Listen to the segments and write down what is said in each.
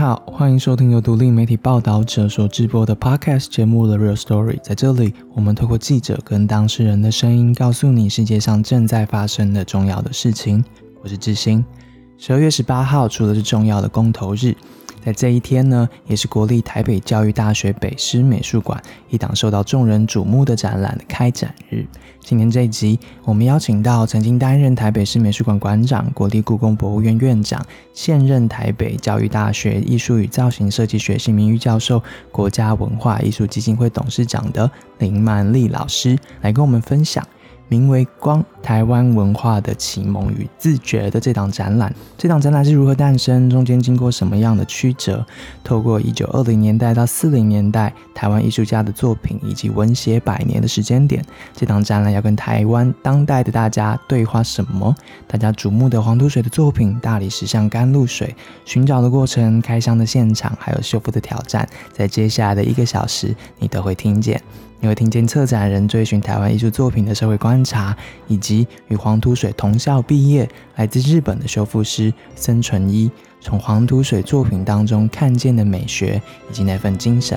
好，欢迎收听由独立媒体报道者所制播的 Podcast 节目 The Real Story。 在这里，我们透过记者跟当事人的声音，告诉你世界上正在发生的重要的事情。我是志兴。12月18号除了是重要的公投日，在这一天呢，也是国立台北教育大学北师美术馆一档受到众人瞩目的展览的开展日。今天这一集，我们邀请到曾经担任台北市美术馆馆长、国立故宫博物院院长、现任台北教育大学艺术与造型设计学系名誉教授、国家文化艺术基金会董事长的林曼丽老师，来跟我们分享名为《光：台湾文化的启蒙与自觉》的这档展览。这档展览是如何诞生，中间经过什么样的曲折，透过1920年代到40年代台湾艺术家的作品以及文协100年的时间点，这档展览要跟台湾当代的大家对话什么？大家瞩目的黄土水的作品、大理石像甘露水、寻找的过程、开箱的现场，还有修复的挑战，在接下来的1个小时你都会听见。你会听见策展人追寻台湾艺术作品的社会观察，以及与黄土水同校毕业来自日本的修复师森纯一从黄土水作品当中看见的美学以及那份精神。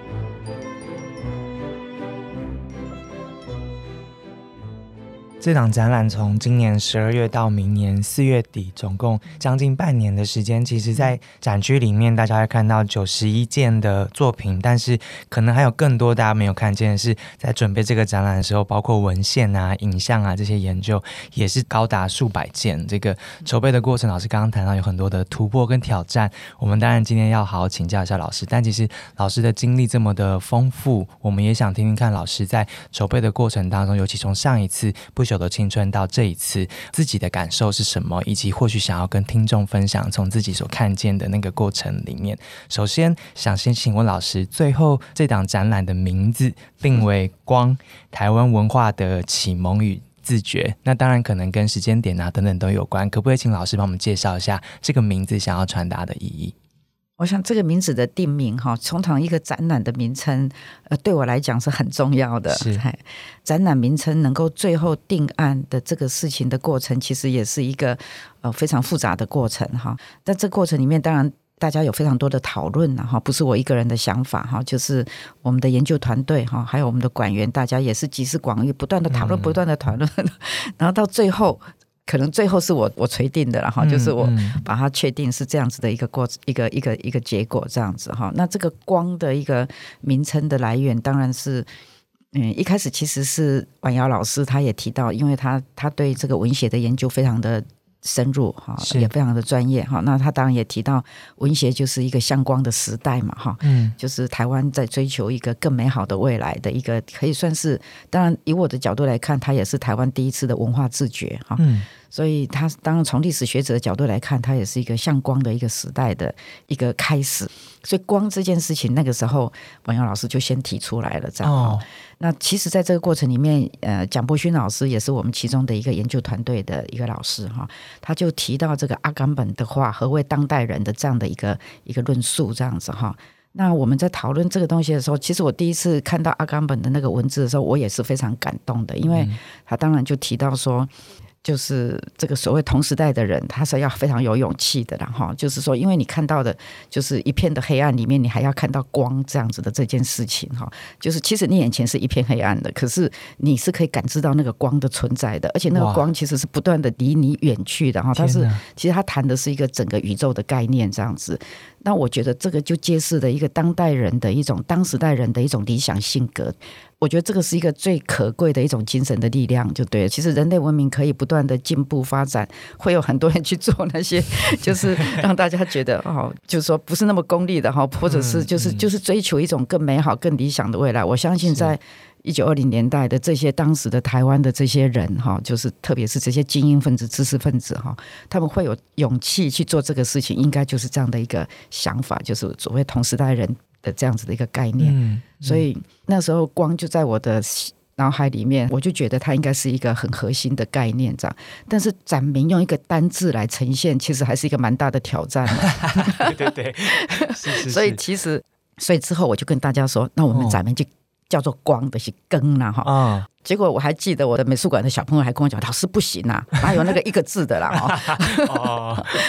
这档展览从今年12月到明年4月底，总共将近半年的时间。其实在展区里面大家会看到91件的作品，但是可能还有更多大家没有看见的是，在准备这个展览的时候，包括文献啊、影像啊这些研究也是高达数百件。这个筹备的过程，老师刚刚谈到有很多的突破跟挑战，我们当然今天要好好请教一下老师，但其实老师的经历这么的丰富，我们也想听听看老师在筹备的过程当中，尤其从上一次不朽的青春到这一次，自己的感受是什么，以及或许想要跟听众分享从自己所看见的那个过程里面。首先想先请问老师，最后这档展览的名字定为光：台湾文化的启蒙与自觉，那当然可能跟时间点啊等等都有关，可不可以请老师帮我们介绍一下这个名字想要传达的意义？ 我想这个名字的定名通常一个展览的名称对我来讲是很重要的。是展览名称能够最后定案的这个事情的过程，其实也是一个非常复杂的过程。但这个过程里面当然大家有非常多的讨论，不是我一个人的想法，就是我们的研究团队还有我们的馆员，大家也是集思广益，不断的讨论不断的讨论，然后到最后可能最后是我锤定的，然后就是我把它确定是这样子的一个结果这样子。那这个光的一个名称的来源当然是一开始其实是婉瑶老师他也提到，因为他对这个文学的研究非常的深入，也非常的专业。那他当然也提到文学就是一个向光的时代嘛，就是台湾在追求一个更美好的未来的一个，可以算是，当然以我的角度来看，它也是台湾第一次的文化自觉。所以他当然从历史学者的角度来看，它也是一个向光的一个时代的一个开始。所以光这件事情那个时候婉瑶老师就先提出来了这样。那其实在这个过程里面蒋伯勋老师也是我们其中的一个研究团队的一个老师，他就提到这个阿甘本的话何谓当代人的这样的一个论述这样子。那我们在讨论这个东西的时候，其实我第一次看到阿甘本的那个文字的时候，我也是非常感动的，因为他当然就提到说，就是这个所谓同时代的人，他是要非常有勇气的啦，就是说因为你看到的就是一片的黑暗里面，你还要看到光这样子的这件事情，就是其实你眼前是一片黑暗的，可是你是可以感知到那个光的存在的，而且那个光其实是不断的离你远去的，它是其实它谈的是一个整个宇宙的概念这样子。那我觉得这个就揭示了一个当代人的一种当时代人的一种理想性格，我觉得这个是一个最可贵的一种精神的力量就对了。其实人类文明可以不断的进步发展，会有很多人去做那些就是让大家觉得就是说不是那么功利的，或者是就是追求一种更美好更理想的未来。我相信在1920年代的这些当时的台湾的这些人，就是特别是这些精英分子知识分子，他们会有勇气去做这个事情，应该就是这样的一个想法，就是所谓同时代人的这样子的一个概念。所以那时候光就在我的脑海里面，我就觉得它应该是一个很核心的概念这样。但是展名用一个单字来呈现，其实还是一个蛮大的挑战。 对是所以其实所以之后我就跟大家说，那我们展名就叫做光的是更啦结果我还记得我的美术馆的小朋友还跟我讲，老师不行啊，哪有那个一个字的啦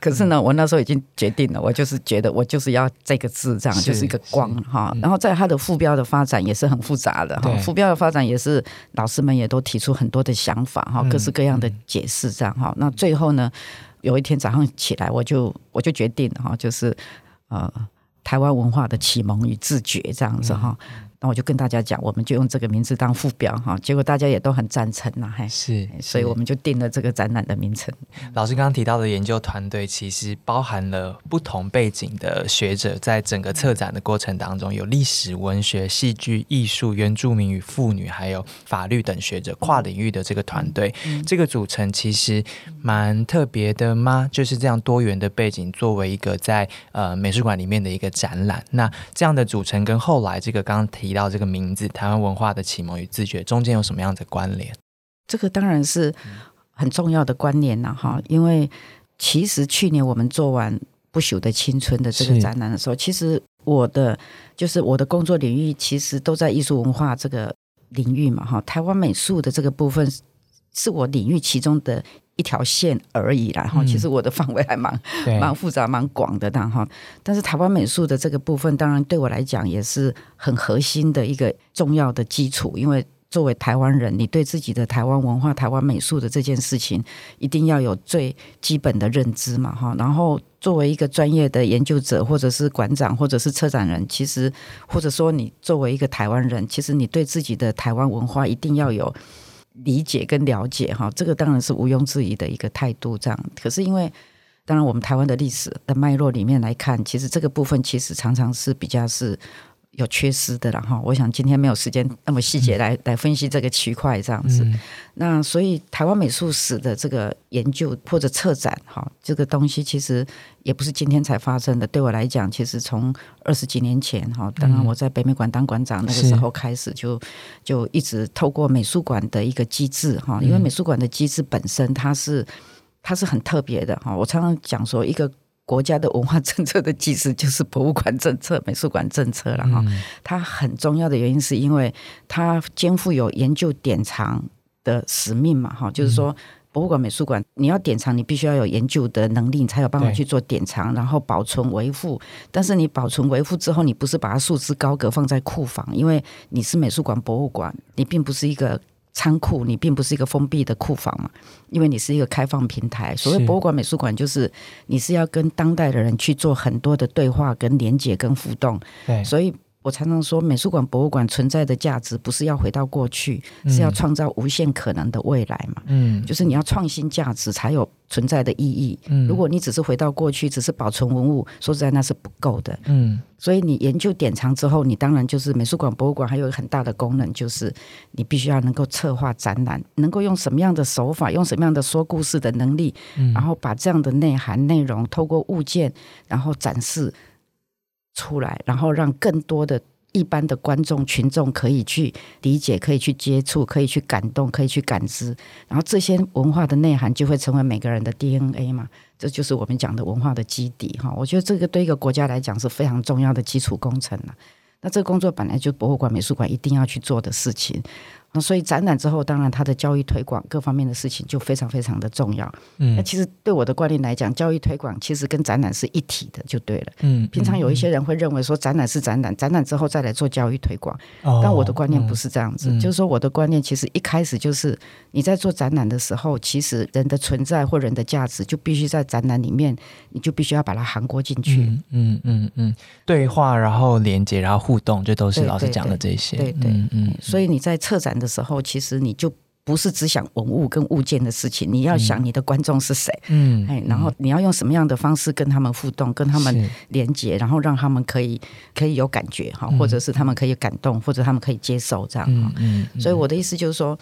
可是呢我那时候已经决定了，我就是觉得我就是要这个字这样，就是一个光哈。然后在它的副标的发展也是很复杂的哈，副标的发展也是老师们也都提出很多的想法哈，各式各样的解释这样哈。那最后呢有一天早上起来我就决定了哈，就是台湾文化的启蒙与自觉这样子哈。那我就跟大家讲，我们就用这个名字当副标哈，结果大家也都很赞成啦，是，所以我们就定了这个展览的名称。 老师刚刚提到的研究团队其实包含了不同背景的学者，在整个策展的过程当中，有历史、文学、戏剧、艺术、原住民与妇女，还有法律等学者跨领域的这个团队，这个组成其实蛮特别的吗？就是这样多元的背景作为一个在美术馆里面的一个展览，那这样的组成跟后来这个刚刚提到这个名字台湾文化的启蒙与自觉中间有什么样的关联？ 这个当然是很重要的关联啦哈，因为其实去年我们做完不朽的青春的这个展览的时候，其实我的工作领域其实都在艺术文化这个领域嘛哈，台湾美术的这个部分是我领域其中的一条线而已啦，其实我的范围还蛮复杂蛮广的哈。但是台湾美术的这个部分当然对我来讲也是很核心的一个重要的基础，因为作为台湾人，你对自己的台湾文化台湾美术的这件事情一定要有最基本的认知嘛哈。然后作为一个专业的研究者或者是馆长或者是策展人，其实或者说你作为一个台湾人，其实你对自己的台湾文化一定要有理解跟了解哈，这个当然是毋庸置疑的一个态度这样。可是因为当然我们台湾的历史的脉络里面来看，其实这个部分其实常常是比较是有缺失的啦哈。我想今天没有时间那么细节来分析这个区块这样子。那所以台湾美术史的这个研究或者策展哈，这个东西其实也不是今天才发生的。对我来讲，其实从20几年前哈，当然我在北美馆当馆长那个时候开始就一直透过美术馆的一个机制哈，因为美术馆的机制本身它是很特别的哈。我常常讲说，一个国家的文化政策的基石就是博物馆政策、美术馆政策了哈。它很重要的原因是因为它肩负有研究典藏的使命嘛哈，就是说博物馆、美术馆你要典藏，你必须要有研究的能力，你才有办法去做典藏，然后保存维护。但是你保存维护之后，你不是把它束之高阁放在库房，因为你是美术馆、博物馆，你并不是一个仓库，你并不是一个封闭的库房嘛，因为你是一个开放平台。所谓博物馆、美术馆，就是你是要跟当代的人去做很多的对话、跟连结、跟互动。所以我常常说，美术馆、博物馆存在的价值不是要回到过去，是要创造无限可能的未来嘛。就是你要创新价值才有存在的意义。如果你只是回到过去，只是保存文物，说实在那是不够的。所以你研究典藏之后，你当然就是美术馆、博物馆还有一个很大的功能，就是你必须要能够策划展览，能够用什么样的手法，用什么样的说故事的能力，然后把这样的内涵内容透过物件然后展示出来，然后让更多的一般的观众群众可以去理解，可以去接触，可以去感动，可以去感知，然后这些文化的内涵就会成为每个人的 DNA 嘛，这就是我们讲的文化的基底哈。我觉得这个对一个国家来讲是非常重要的基础工程了。那这个工作本来就博物馆、美术馆一定要去做的事情。那所以展览之后，当然它的教育推广各方面的事情就非常非常的重要。那其实对我的观念来讲，教育推广其实跟展览是一体的就对了。平常有一些人会认为说展览是展览，展览之后再来做教育推广。但我的观念不是这样子，就是说我的观念其实一开始就是你在做展览的时候，其实人的存在或人的价值就必须在展览里面，你就必须要把它涵盖进去。 对话，然后连接，然后互动，这都是老师讲的这些。 所以你在策展的时候，其实你就不是只想文物跟物件的事情，你要想你的观众是谁，然后你要用什么样的方式跟他们互动，跟他们连结，然后让他们可以有感觉，或者是他们可以感动，或者他们可以接受这样。所以我的意思就是说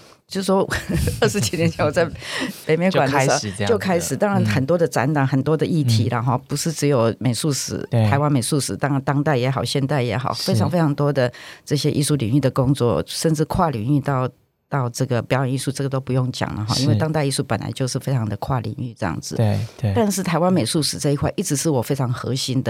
20几年前我在北美馆的时候就开始，当然很多的展览，很多的议题啦，不是只有美术史，台湾美术史，当然当代也好，现代也好，非常非常多的这些艺术领域的工作，甚至跨领域到这个表演艺术，这个都不用讲了哈，因为当代艺术本来就是非常的跨领域这样子。但是台湾美术史这一块一直是我非常核心的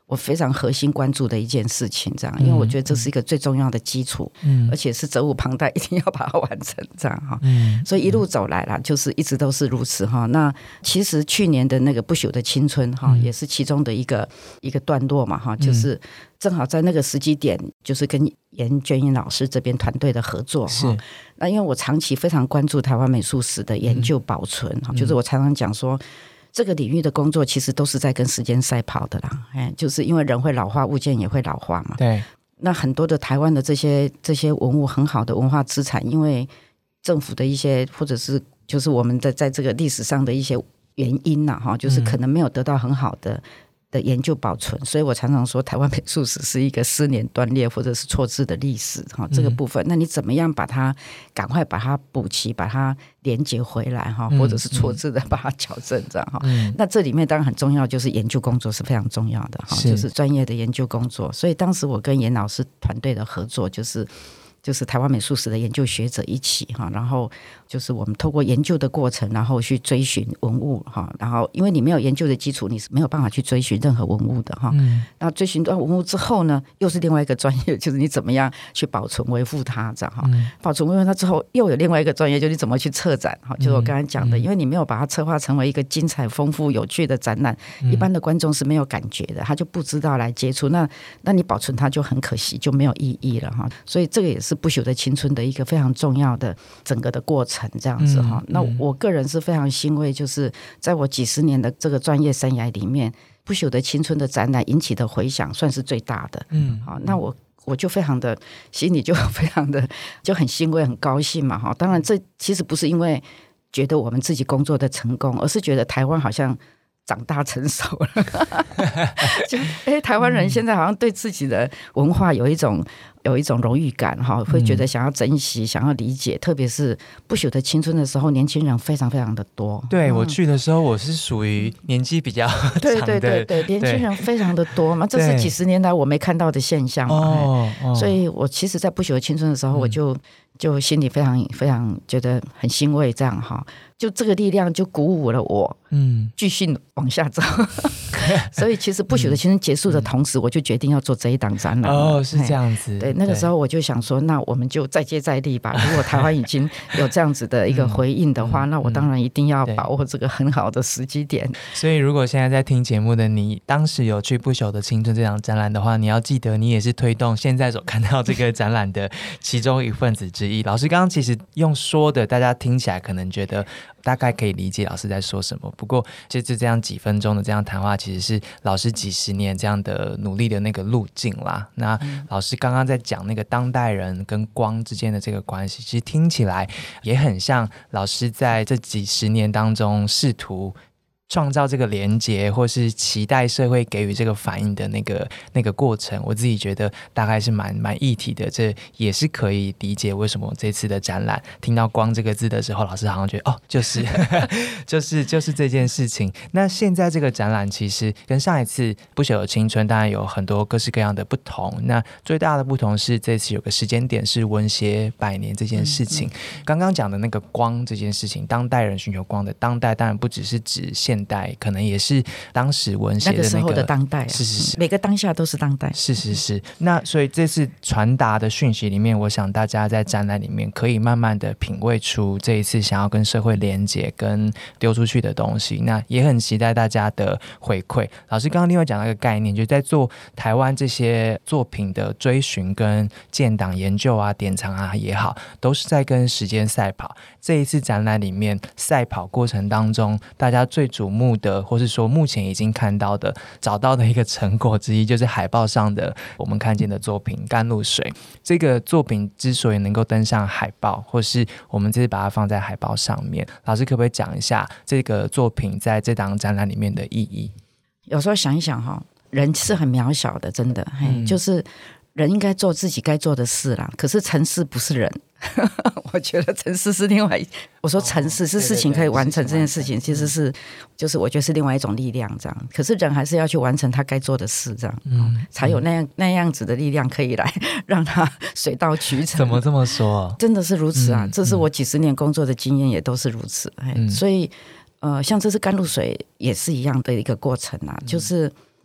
我非常核心关注的一件事情，这样，因为我觉得这是一个最重要的基础，而且是责无旁贷，一定要把它完成，这样哈。所以一路走来啦，就是一直都是如此哈。那其实去年的那个不朽的青春哈，也是其中的一个段落嘛哈，就是正好在那个时机点，就是跟严娟英老师这边团队的合作哈。那因为我长期非常关注台湾美术史的研究保存，就是我常常讲说，这个领域的工作其实都是在跟时间赛跑的啦，就是因为人会老化，物件也会老化嘛。 对， 那很多的台湾的这些文物很好的文化资产，因为政府的一些或者是就是我们的在这个历史上的一些原因呐，就是可能没有得到很好的研究保存，所以我常常说台湾美术史是一个失联断裂或者是错字的历史这个部分，那你怎么样把它赶快把它补齐，把它连接回来或者是错字的把它矫正这样那这里面当然很重要，就是研究工作是非常重要的就是专业的研究工作。所以当时我跟严老师团队的合作就是台湾美术史的研究学者一起然后就是我们透过研究的过程，然后去追寻文物然后因为你没有研究的基础，你是没有办法去追寻任何文物的然后追寻到文物之后呢，又是另外一个专业，就是你怎么样去保存维护它这样保存维护它之后，又有另外一个专业，就是你怎么去策展就是我刚才讲的，因为你没有把它策划成为一个精彩丰富有趣的展览，一般的观众是没有感觉的，他就不知道来接触，那你保存它就很可惜，就没有意义了所以这个也是不朽的青春的一个非常重要的整个的过程这样子那我个人是非常欣慰，就是在我几十年的这个专业生涯里面，不朽的青春的展览引起的回响算是最大的好，那我就非常的心里就非常的就很欣慰很高兴嘛当然这其实不是因为觉得我们自己工作的成功，而是觉得台湾好像长大成熟了就台湾人现在好像对自己的文化有一种荣誉感会觉得想要珍惜想要理解，特别是不朽的青春的时候，年轻人非常非常的多。 对，我去的时候我是属于年纪比较长的， 对，年轻人非常的多嘛，这是几十年来我没看到的现象嘛所以我其实在不朽的青春的时候，我就心里非常非常觉得很欣慰这样就这个力量就鼓舞了我继续往下走所以其实不朽的青春结束的同时，我就决定要做这一档展览是这样子。 对，那个时候我就想说，那我们就再接再厉吧。如果台湾已经有这样子的一个回应的话那我当然一定要把握这个很好的时机点所以如果现在在听节目的你当时有去不朽的青春这场展览的话，你要记得你也是推动现在所看到这个展览的其中一份子之一。老师刚刚其实用说的，大家听起来可能觉得大概可以理解老师在说什么，不过就是这样几分钟的这样谈话，其实是老师几十年这样的努力的那个路径啦。那老师刚刚在讲那个当代人跟光之间的这个关系，其实听起来也很像老师在这几十年当中试图创造这个连结，或是期待社会给予这个反应的那个过程，我自己觉得大概是蛮一体的。这也是可以理解为什么这次的展览听到光这个字的时候，老师好像觉得就是就是这件事情。那现在这个展览其实跟上一次不朽的青春当然有很多各式各样的不同，那最大的不同是这次有个时间点是文协100年这件事情。刚刚讲的那个光这件事情，当代人寻求光的当代当然不只是指现代，可能也是当时文学的那个时候的当代是每个当下都是当代， 是那所以这次传达的讯息里面，我想大家在展览里面可以慢慢的品味出这一次想要跟社会连结跟丢出去的东西，那也很期待大家的回馈。老师刚刚另外讲到一个概念，就是在做台湾这些作品的追寻跟建档研究典藏也好，都是在跟时间赛跑。这一次展览里面赛跑过程当中，大家最瞩目的，或是说目前已经看到的找到的一个成果之一，就是海报上的我们看见的作品《甘露水》。这个作品之所以能够登上海报，或是我们这次把它放在海报上面，老师可不可以讲一下这个作品在这档展览里面的意义？ 有时候想一想人是很渺小的，真的就是人应该做自己该做的事啦，可是城市不是人我觉得城市是另外我说城市是事情可以完成这件事情，其实是就是我觉得是另外一种力量这样，可是人还是要去完成他该做的事这样才有那样子的力量可以来让他水到渠成。 怎么这么说真的是如此这是我几十年工作的经验也都是如此所以像这次甘露水也是一样的一个过程就是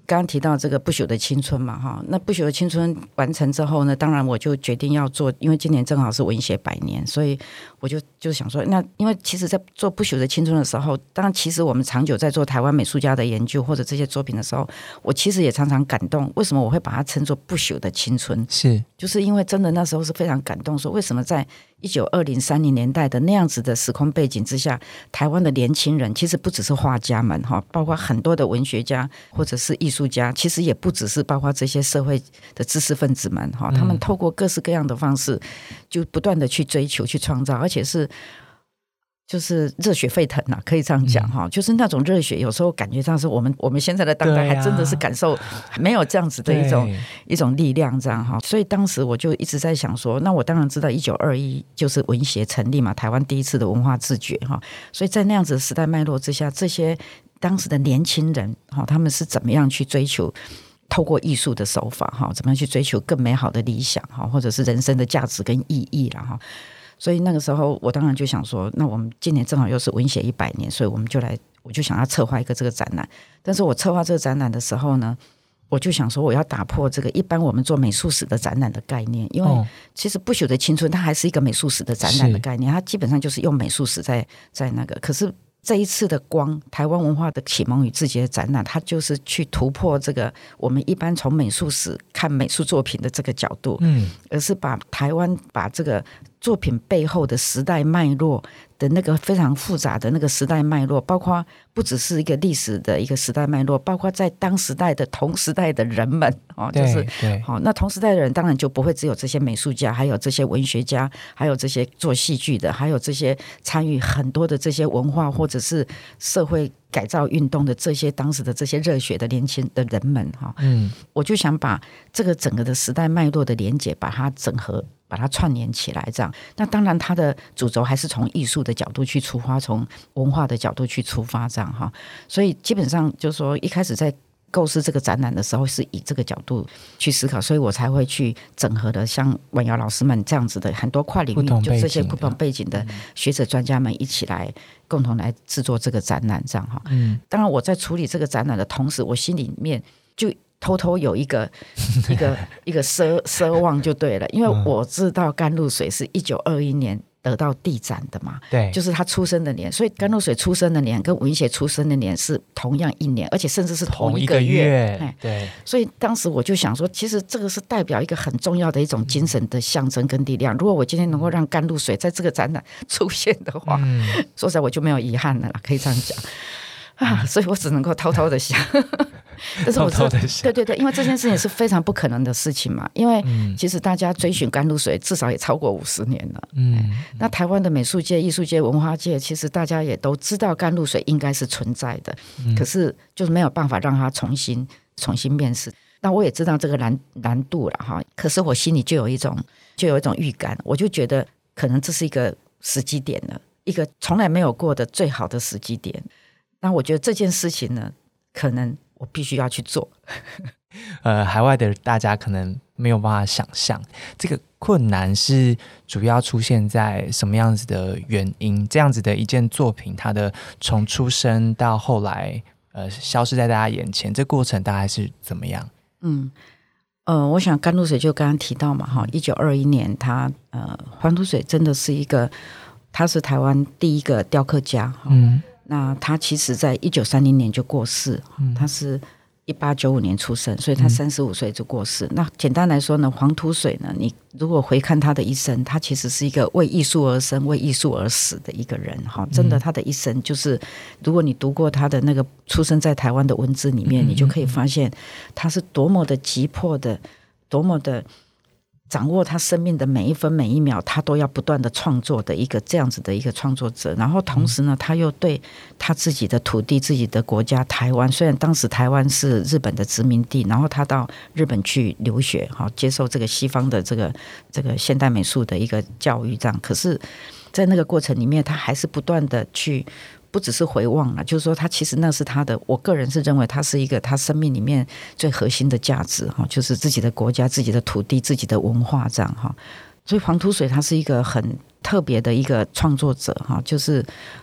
刚刚提到这个不朽的青春嘛哈，那不朽的青春完成之后呢，当然我就决定要做，因为今年正好是文学100年，所以我就想说，那因为其实在做不朽的青春的时候，当然其实我们长久在做台湾美术家的研究或者这些作品的时候，我其实也常常感动，为什么我会把它称作不朽的青春， 是就是因为真的那时候是非常感动，说为什么在1920、30年代的那样子的时空背景之下，台湾的年轻人其实不只是画家们，包括很多的文学家或者是艺术家，其实也不只是包括这些社会的知识分子们，他们透过各式各样的方式就不断的去追求去创造，而且是就是热血沸腾可以这样讲就是那种热血有时候感觉上是我们现在的当代还真的是感受没有这样子的一种力量这样所以当时我就一直在想说，那我当然知道1921就是文协成立嘛，台湾第一次的文化自觉所以在那样子的时代脉络之下，这些当时的年轻人他们是怎么样去追求透过艺术的手法怎么样去追求更美好的理想或者是人生的价值跟意义啦所以那个时候我当然就想说，那我们今年正好又是文协100年，所以我就想要策划一个这个展览。但是我策划这个展览的时候呢，我就想说我要打破这个一般我们做美术史的展览的概念，因为其实不朽的青春它还是一个美术史的展览的概念，它基本上就是用美术史在那个，可是这一次的光台湾文化的启蒙与自觉的展览，它就是去突破这个我们一般从美术史看美术作品的这个角度，而是把台湾把这个作品背后的时代脉络的那个非常复杂的那个时代脉络，包括不只是一个历史的一个时代脉络，包括在当时代的同时代的人们就是那同时代的人当然就不会只有这些美术家，还有这些文学家，还有这些做戏剧的，还有这些参与很多的这些文化或者是社会改造运动的这些当时的这些热血的年轻的人们我就想把这个整个的时代脉络的连结把它整合，把它串联起来这样。那当然它的主轴还是从艺术的角度去出发，从文化的角度去出发这样所以基本上就是说一开始在构思这个展览的时候是以这个角度去思考，所以我才会去整合的像婉瑶老师们这样子的很多跨领域就这些不同背景的学者专家们一起来共同来制作这个展览这样当然我在处理这个展览的同时，我心里面就偷偷有一个奢望就对了，因为我知道甘露水是1921年得到地展的嘛， 对， 就是他出生的年，所以甘露水出生的年跟文协出生的年是同样一年，而且甚至是同一个月对， 所以当时我就想说，其实这个是代表一个很重要的一种精神的象征跟力量，如果我今天能够让甘露水在这个展览出现的话说实在我就没有遗憾了啦，可以这样讲所以我只能够偷偷的想但是我偷偷的想对，因为这件事情是非常不可能的事情嘛，因为其实大家追寻甘露水至少也超过50年了那台湾的美术界、艺术界、文化界其实大家也都知道甘露水应该是存在的可是就是没有办法让它重新面世。那我也知道这个难度了可是我心里就有一种预感，我就觉得可能这是一个时机点了，一个从来没有过的最好的时机点。那我觉得这件事情呢，可能我必须要去做海外的大家可能没有办法想象这个困难是主要出现在什么样子的原因，这样子的一件作品它的从出生到后来消失在大家眼前，这过程大概是怎么样？ 我想甘露水就刚刚提到嘛1921年他黄土水真的是他是台湾第一个雕刻家那他其实在1930年就过世他是1895年出生，所以他35岁就过世那简单来说呢，黄土水呢，你如果回看他的一生，他其实是一个为艺术而生为艺术而死的一个人真的他的一生就是如果你读过他的那个出生在台湾的文字里面你就可以发现他是多么的急迫的，多么的掌握他生命的每一分每一秒，他都要不断的创作的一个这样子的一个创作者。然后同时呢，他又对他自己的土地、自己的国家台湾，虽然当时台湾是日本的殖民地，然后他到日本去留学，接受这个西方的这个现代美术的一个教育，这样。可是，在那个过程里面，他还是不断的去。不只是回望了，就是说他其实那是他的，我个人是认为他是一个他生命里面最核心的价值就是自己的国家、自己的土地、自己的文化这样所以黄土水他是一个很特别的一个创作者就是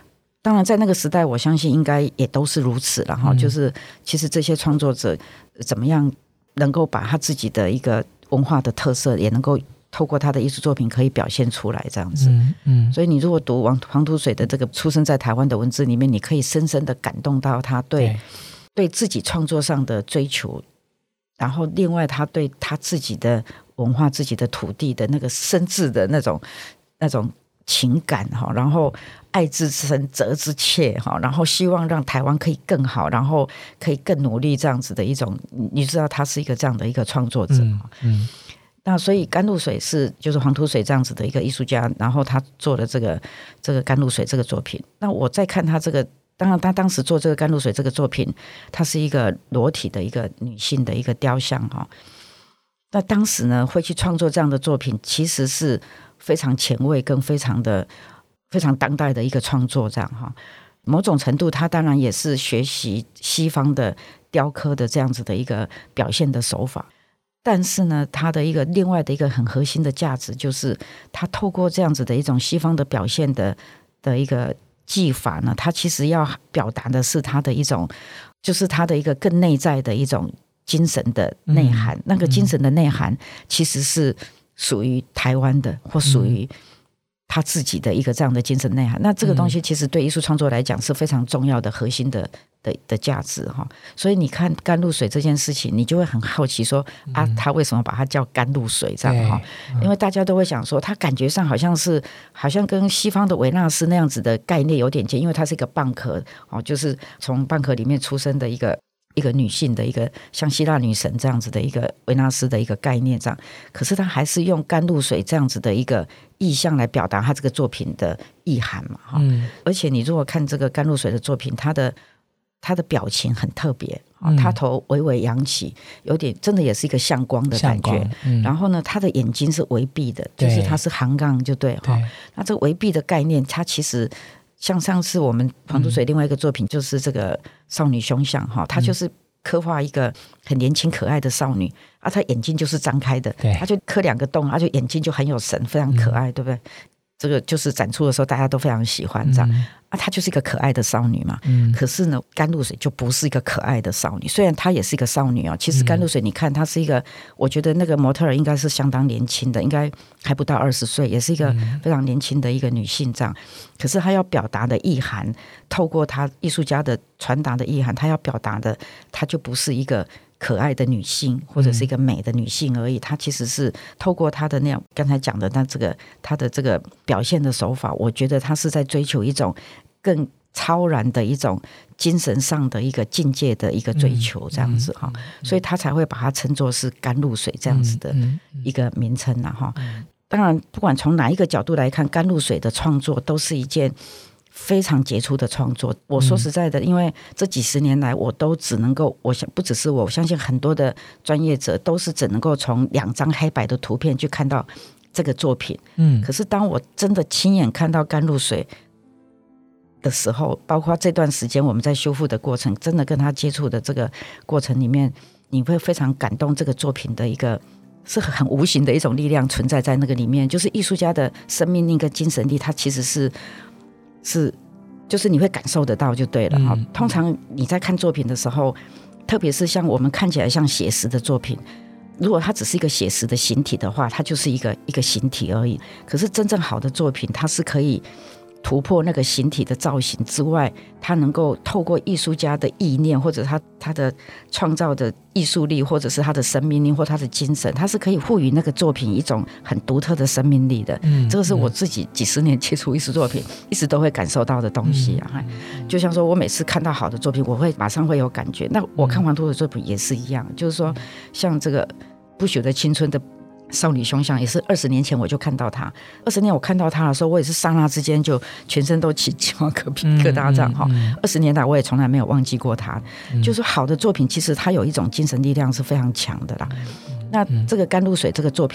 当然在那个时代我相信应该也都是如此了哈，就是其实这些创作者怎么样能够把他自己的一个文化的特色也能够透过他的艺术作品可以表现出来这样子。所以你如果读黄土水的这个出生在台湾的文字里面，你可以深深的感动到他对自己创作上的追求，然后另外他对他自己的文化自己的土地的那个深挚的那种情感，然后爱之深责之切，然后希望让台湾可以更好，然后可以更努力这样子的一种，你知道他是一个这样的一个创作者。那所以甘露水就是黄土水这样子的一个艺术家，然后他做了这个甘露水这个作品。那我再看他这个，当然他当时做这个甘露水这个作品，它是一个裸体的一个女性的一个雕像。那当时呢会去创作这样的作品，其实是非常前卫跟非常当代的一个创作，这样某种程度他当然也是学习西方的雕刻的这样子的一个表现的手法，但是呢他的另外的一个很核心的价值，就是他透过这样子的一种西方的表现的一个技法呢，他其实要表达的是他的一种，就是他的一个更内在的一种精神的内涵。那个精神的内涵其实是属于台湾的，或属于他自己的一个这样的精神内涵。那这个东西其实对艺术创作来讲是非常重要的核心的价值。所以你看甘露水这件事情，你就会很好奇说他为什么把它叫甘露水这样。因为大家都会想说他感觉上好像跟西方的维纳斯那样子的概念有点近，因为它是一个蚌壳，就是从蚌壳里面出生的一个女性的一个像希腊女神这样子的一个维纳斯的一个概念这样。可是他还是用甘露水这样子的一个意象来表达他这个作品的意涵嘛。而且你如果看这个甘露水的作品，他的表情很特别，他头微微扬起，有点真的也是一个向光的感觉。然后呢他的眼睛是微闭的，就是他是横杠就对。那这个微闭的概念，它其实像上次我们黄土水另外一个作品就是这个少女胸像，她就是刻画一个很年轻可爱的少女她眼睛就是张开的，她就刻2个洞，她就眼睛就很有神，非常可爱，对不对？这个就是展出的时候大家都非常喜欢这样。她就是一个可爱的少女嘛。可是呢甘露水就不是一个可爱的少女，虽然她也是一个少女其实甘露水你看她是一个，我觉得那个模特儿应该是相当年轻的，应该还不到20岁，也是一个非常年轻的一个女性这样。可是她要表达的意涵，透过她艺术家的传达的意涵，她要表达的，她就不是一个可爱的女性或者是一个美的女性而已，她其实是透过她的那样刚才讲的她的这个表现的手法，我觉得她是在追求一种更超然的一种精神上的一个境界的一个追求这样子所以她才会把它称作是甘露水这样子的一个名称当然不管从哪一个角度来看，甘露水的创作都是一件非常杰出的创作。我说实在的，因为这几十年来我都只能够，我想不只是我相信很多的专业者都是只能够从2张黑白的图片去看到这个作品。可是当我真的亲眼看到甘露水的时候，包括这段时间我们在修复的过程，真的跟他接触的这个过程里面，你会非常感动这个作品的一个是很无形的一种力量存在在那个里面，就是艺术家的生命力跟精神力，它其实是就是你会感受得到就对了。通常你在看作品的时候，特别是像我们看起来像写实的作品，如果它只是一个写实的形体的话，它就是一个形体而已。可是真正好的作品，它是可以突破那个形体的造型之外，它能够透过艺术家的意念，或者他的创造的艺术力，或者是他的生命力或他的精神，它是可以赋予那个作品一种很独特的生命力的。这个是我自己几十年接触艺术作品一直都会感受到的东西就像说我每次看到好的作品，我会马上会有感觉。那我看黄土的作品也是一样，就是说像这个不朽的青春的少女胸像，也是20年前我就看到她，20年我看到她的时候，我也是刹那之间就全身都起鸡毛疙瘩这样20年来我也从来没有忘记过她。就是好的作品其实它有一种精神力量是非常强的啦。那这个甘露水这个作品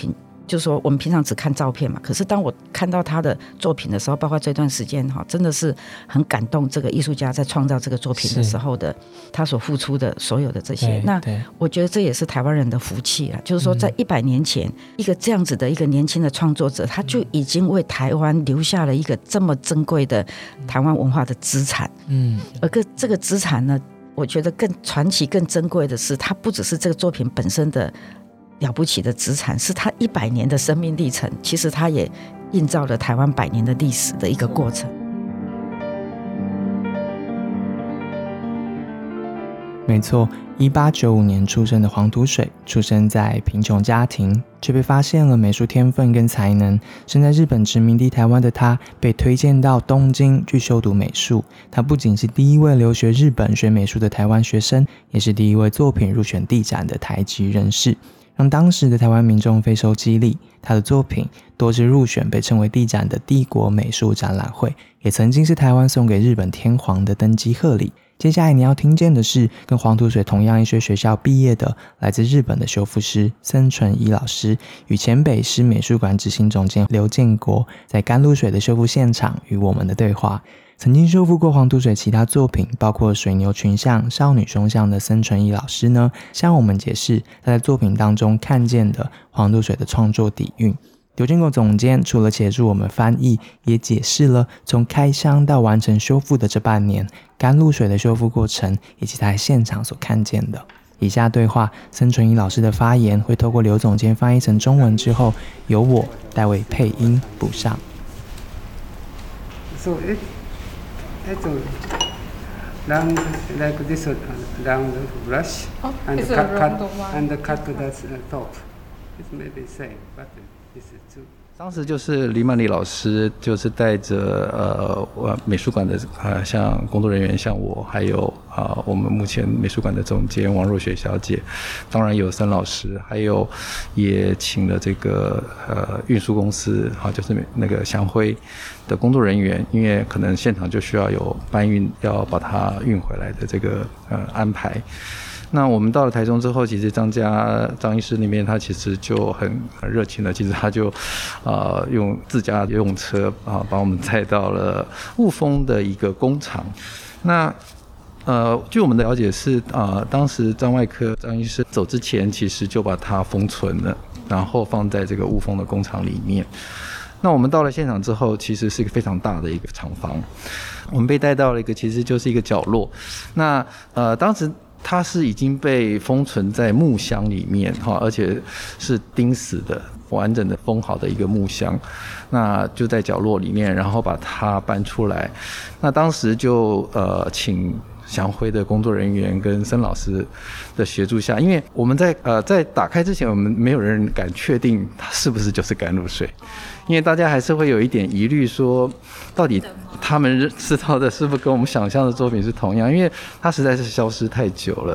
就是说我们平常只看照片嘛，可是当我看到他的作品的时候，包括这段时间真的是很感动，这个艺术家在创造这个作品的时候的他所付出的所有的这些，那我觉得这也是台湾人的福气啦，就是说在100年前一个这样子的一个年轻的创作者，他就已经为台湾留下了一个这么珍贵的台湾文化的资产。而这个资产呢，我觉得更传奇更珍贵的是，它不只是这个作品本身的了不起的资产，是他100年的生命历程，其实他也映照了台湾100年的历史的一个过程。 没错，1895年出生的黄土水，出生在贫穷家庭，却被发现了美术天分跟才能。身在日本殖民地台湾的他，被推荐到东京去修读美术。他不仅是第一位留学日本学美术的台湾学生，也是第一位作品入选帝展的台籍人士，让当时的台湾民众备受激励。他的作品多是入选被称为帝展的帝国美术展览会，也曾经是台湾送给日本天皇的登基贺礼。接下来你要听见的是跟黄土水同样医学学校毕业的来自日本的修复师森纯一老师，与前北师美术馆执行总监刘建国在甘露水的修复现场与我们的对话。曾经修复过黄土水其他作品，包括水牛群像、少女胸像的森纯一老师呢，向我们解释他在作品当中看见的黄土水的创作底蕴。刘建国总监除了协助我们翻译，也解释了从开箱到完成修复的这半年甘露水的修复过程，以及他在现场所看见的。以下对话森纯一老师的发言会透过刘总监翻译成中文之后，由我代为配音补上。 So round like this round brush and cut that top. It's maybe same, but this is too. 当时就是李满利老师，就是带着美术馆的像工作人员，像我，还有我们目前美术馆的总监王若雪小姐，当然有森老师，还有也请了这个运输公司就是那个祥辉的工作人员，因为可能现场就需要有搬运，要把它运回来的这个安排。那我们到了台中之后，其实张医师那边他其实就很热情的，其实他就用自家游泳车把我们载到了雾峰的一个工厂。那据我们的了解是当时张医师走之前，其实就把它封存了，然后放在这个雾峰的工厂里面。那我们到了现场之后，其实是一个非常大的一个厂房，我们被带到了一个其实就是一个角落。那当时它是已经被封存在木箱里面，而且是钉死的，完整的封好的一个木箱，那就在角落里面，然后把它搬出来。那当时就请祥辉的工作人员跟森老师的协助下，因为我们在打开之前，我们没有人敢确定它是不是就是甘露水，因为大家还是会有一点疑虑，说到底他们知道的是不是跟我们想象的作品是同样，因为它实在是消失太久了。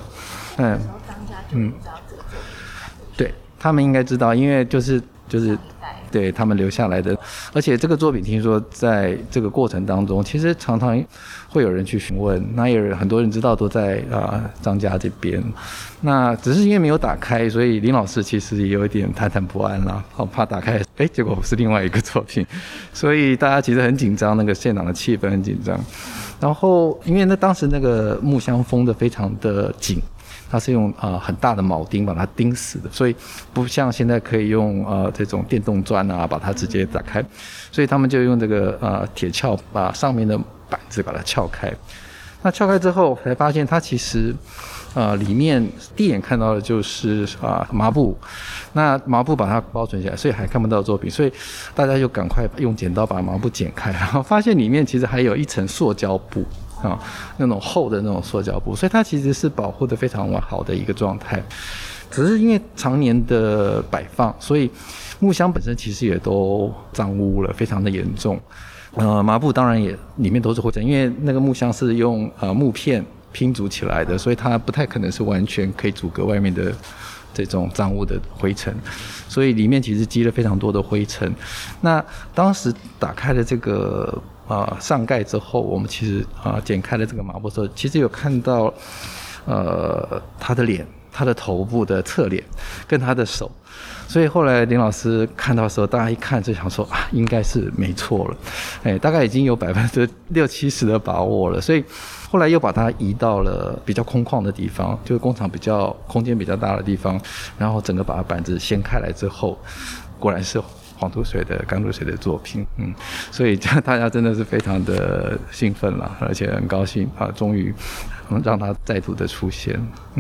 对，他们应该知道，因为就是对他们留下来的。而且这个作品听说在这个过程当中，其实常常会有人去询问，那也有很多人知道都在张家这边。那只是因为没有打开，所以林老师其实也有一点忐忑不安啦，怕打开结果是另外一个作品，所以大家其实很紧张，那个现场的气氛很紧张。然后因为当时那个木箱封得非常的紧，它是用很大的铆钉把它钉死的，所以不像现在可以用这种电动钻把它直接打开，所以他们就用这个铁锹把上面的板子把它撬开。那撬开之后才发现它其实里面第一眼看到的就是麻布，那麻布把它包存起来，所以还看不到作品，所以大家就赶快用剪刀把麻布剪开，然后发现里面其实还有一层塑胶布那种厚的那种塑胶布，所以它其实是保护的非常好的一个状态。只是因为常年的摆放，所以木箱本身其实也都脏污了，非常的严重。麻布当然也里面都是灰尘，因为那个木箱是用木片拼组起来的，所以它不太可能是完全可以阻隔外面的这种脏污的灰尘，所以里面其实积了非常多的灰尘。那当时打开了这个上盖之后，我们其实剪开了这个麻布的时候，其实有看到他的脸，他的头部的侧脸跟他的手， 所以后来林老师看到的时候，大家一看就想说应该是没错了，大概已经有60-70%的把握了，所以后来又把它移到了比较空旷的地方，就是工厂空间比较大的地方，然后整个把板子掀开来之后，果然是黄土水的甘露水的作品，所以大家真的是非常的兴奋了，而且很高兴终于让它再度的出现，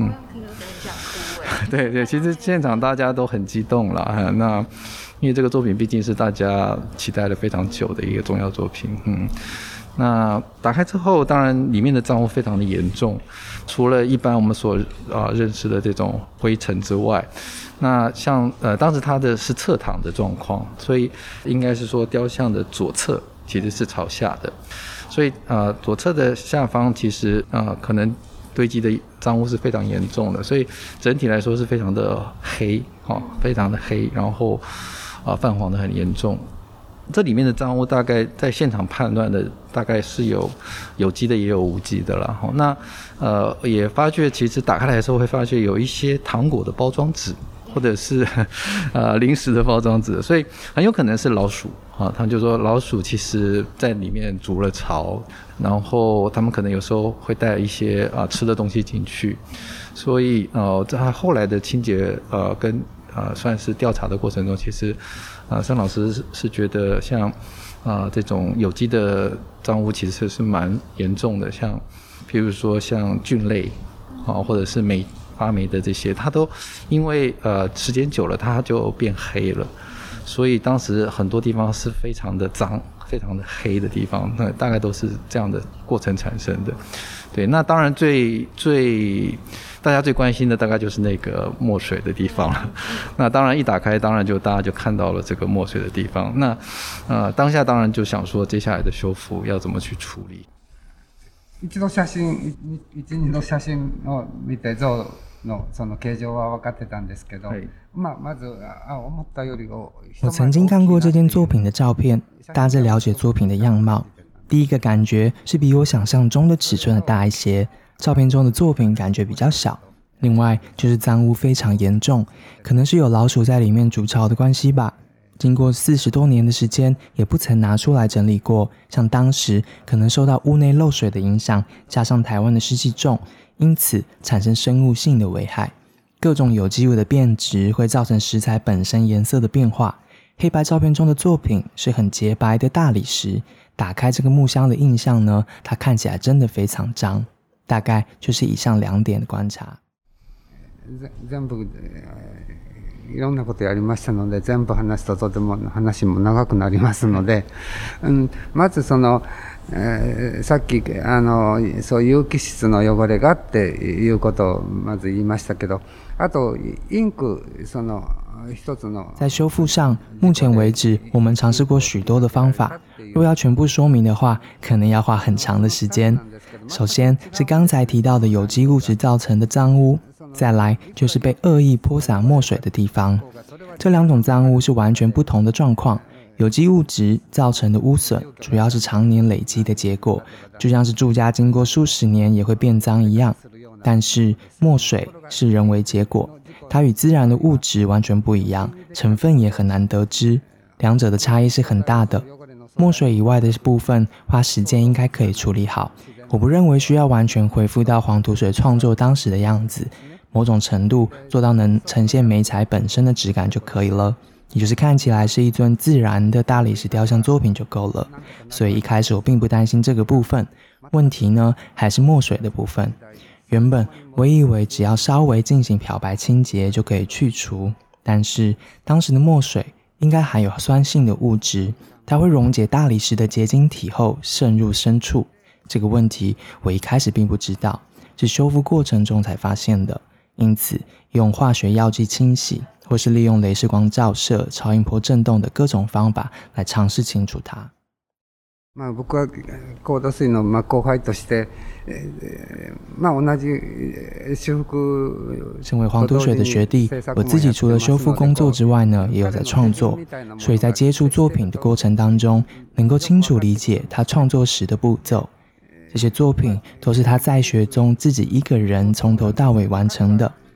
对，其实现场大家都很激动了，那因为这个作品毕竟是大家期待了非常久的一个重要作品，那打开之后，当然里面的脏污非常的严重，除了一般我们所认识的这种灰尘之外，那像当时它的是侧躺的状况，所以应该是说雕像的左侧其实是朝下的，所以左侧的下方其实可能堆积的脏污是非常严重的，所以整体来说是非常的黑，非常的黑，然后泛黄的很严重。这里面的脏污大概在现场判断的大概是有机的也有无机的啦，那也发觉其实打开来的时候会发觉有一些糖果的包装纸或者是零食的包装纸，所以很有可能是老鼠他们就说老鼠其实在里面筑了巢，然后他们可能有时候会带一些吃的东西进去，所以在后来的清洁跟算是调查的过程中，其实申老师是觉得像这种有机的脏污其实是蛮严重的，像譬如说像菌类或者是发霉的这些，它都因为时间久了它就变黑了，所以当时很多地方是非常的脏非常的黑的地方，那大概都是这样的过程产生的。对，那当然大家最关心的大概就是那个墨水的地方了。那当然一打开，当然大家就看到了这个墨水的地方。那当下当然就想说接下来的修复要怎么去处理。 一度の写真を見て像のその形状は分かってたんですけど、まず思ったより我曾经看过这件作品的照片，大致了解作品的样貌。第一个感觉是比我想象中的尺寸的大一些，照片中的作品感觉比较小。另外就是脏污非常严重，可能是有老鼠在里面筑巢的关系吧。经过40多年的时间，也不曾拿出来整理过。像当时可能受到屋内漏水的影响，加上台湾的湿气重，因此产生生物性的危害。各种有机物的变质会造成食材本身颜色的变化。黑白照片中的作品是很洁白的大理石，打开这个木箱的印象呢，它看起来真的非常脏。大概就是以上2点的观察。 全部いろんなことやりましたので、全部話すととても話も長くなりますので、まずその、さっきそういう有機質の汚れがっていうことをまず言いましたけど、あとインク在修复上，目前为止我们尝试过许多的方法，若要全部说明的话，可能要花很长的时间。首先是刚才提到的有机物质造成的脏污，再来就是被恶意泼洒墨水的地方。这2种脏污是完全不同的状况。有机物质造成的污损主要是常年累积的结果，就像是住家经过数十年也会变脏一样。但是墨水是人为结果，它与自然的物质完全不一样，成分也很难得知，两者的差异是很大的。墨水以外的部分花时间应该可以处理好，我不认为需要完全恢复到黄土水创作当时的样子，某种程度做到能呈现媒材本身的质感就可以了，也就是看起来是一尊自然的大理石雕像作品就够了。所以一开始我并不担心这个部分，问题呢还是墨水的部分。原本我以为只要稍微进行漂白清洁就可以去除，但是当时的墨水应该含有酸性的物质，它会溶解大理石的结晶体后渗入深处。这个问题我一开始并不知道，是修复过程中才发现的，因此用化学药剂清洗或是利用雷士光照射、超音波震动的各种方法来尝试清除它。 僕は高度水の後輩として同じ修復。 身为黄土水的学弟，我自己除了修复工作之外呢，也有在创作，所以在接触作品的过程当中，能够清楚理解他创作时的步骤。这些作品都是他在学中自己一个人从头到尾完成的，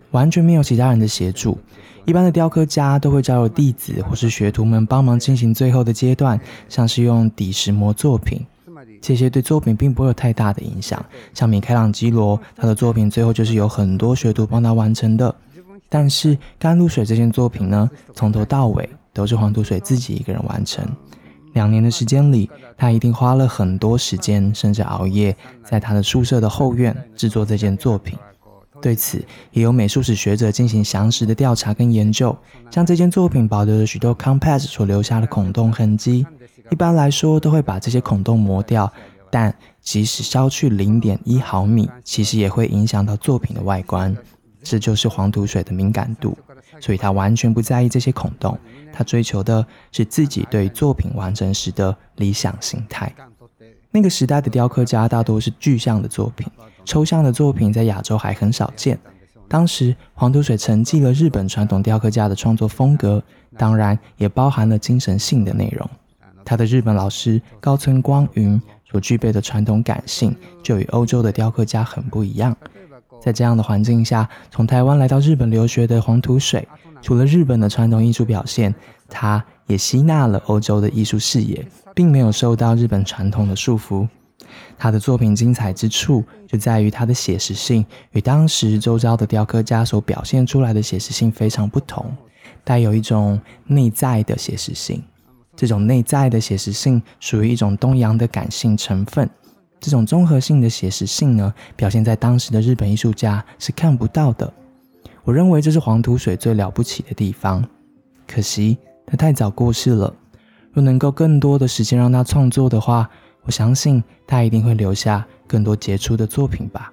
完全没有其他人的协助。一般的雕刻家都会交由弟子或是学徒们帮忙进行最后的阶段，像是用底石磨作品，这些对作品并不会有太大的影响。像米开朗基罗，他的作品最后就是有很多学徒帮他完成的。但是甘露水这件作品呢，从头到尾都是黄土水自己一个人完成。2年的时间里，他一定花了很多时间，甚至熬夜，在他的宿舍的后院制作这件作品。对此，也有美术史学者进行详实的调查跟研究，像这件作品保留了许多 Compass 所留下的孔洞痕迹。一般来说，都会把这些孔洞磨掉，但即使削去 0.1 毫米，其实也会影响到作品的外观。这就是黄土水的敏感度，所以他完全不在意这些孔洞，他追求的是自己对作品完成时的理想形态。那个时代的雕刻家大多是具象的作品，抽象的作品在亚洲还很少见。当时黄土水承继了日本传统雕刻家的创作风格，当然也包含了精神性的内容。他的日本老师高村光云所具备的传统感性，就与欧洲的雕刻家很不一样。在这样的环境下，从台湾来到日本留学的黄土水，除了日本的传统艺术表现，他也吸纳了欧洲的艺术视野，并没有受到日本传统的束缚。他的作品精彩之处就在于他的写实性与当时周遭的雕刻家所表现出来的写实性非常不同，带有一种内在的写实性。这种内在的写实性属于一种东洋的感性成分，这种综合性的写实性呢，表现在当时的日本艺术家是看不到的。我认为这是黄土水最了不起的地方。可惜他太早过世了，若能够更多的时间让他创作的话，我相信他一定会留下更多杰出的作品吧。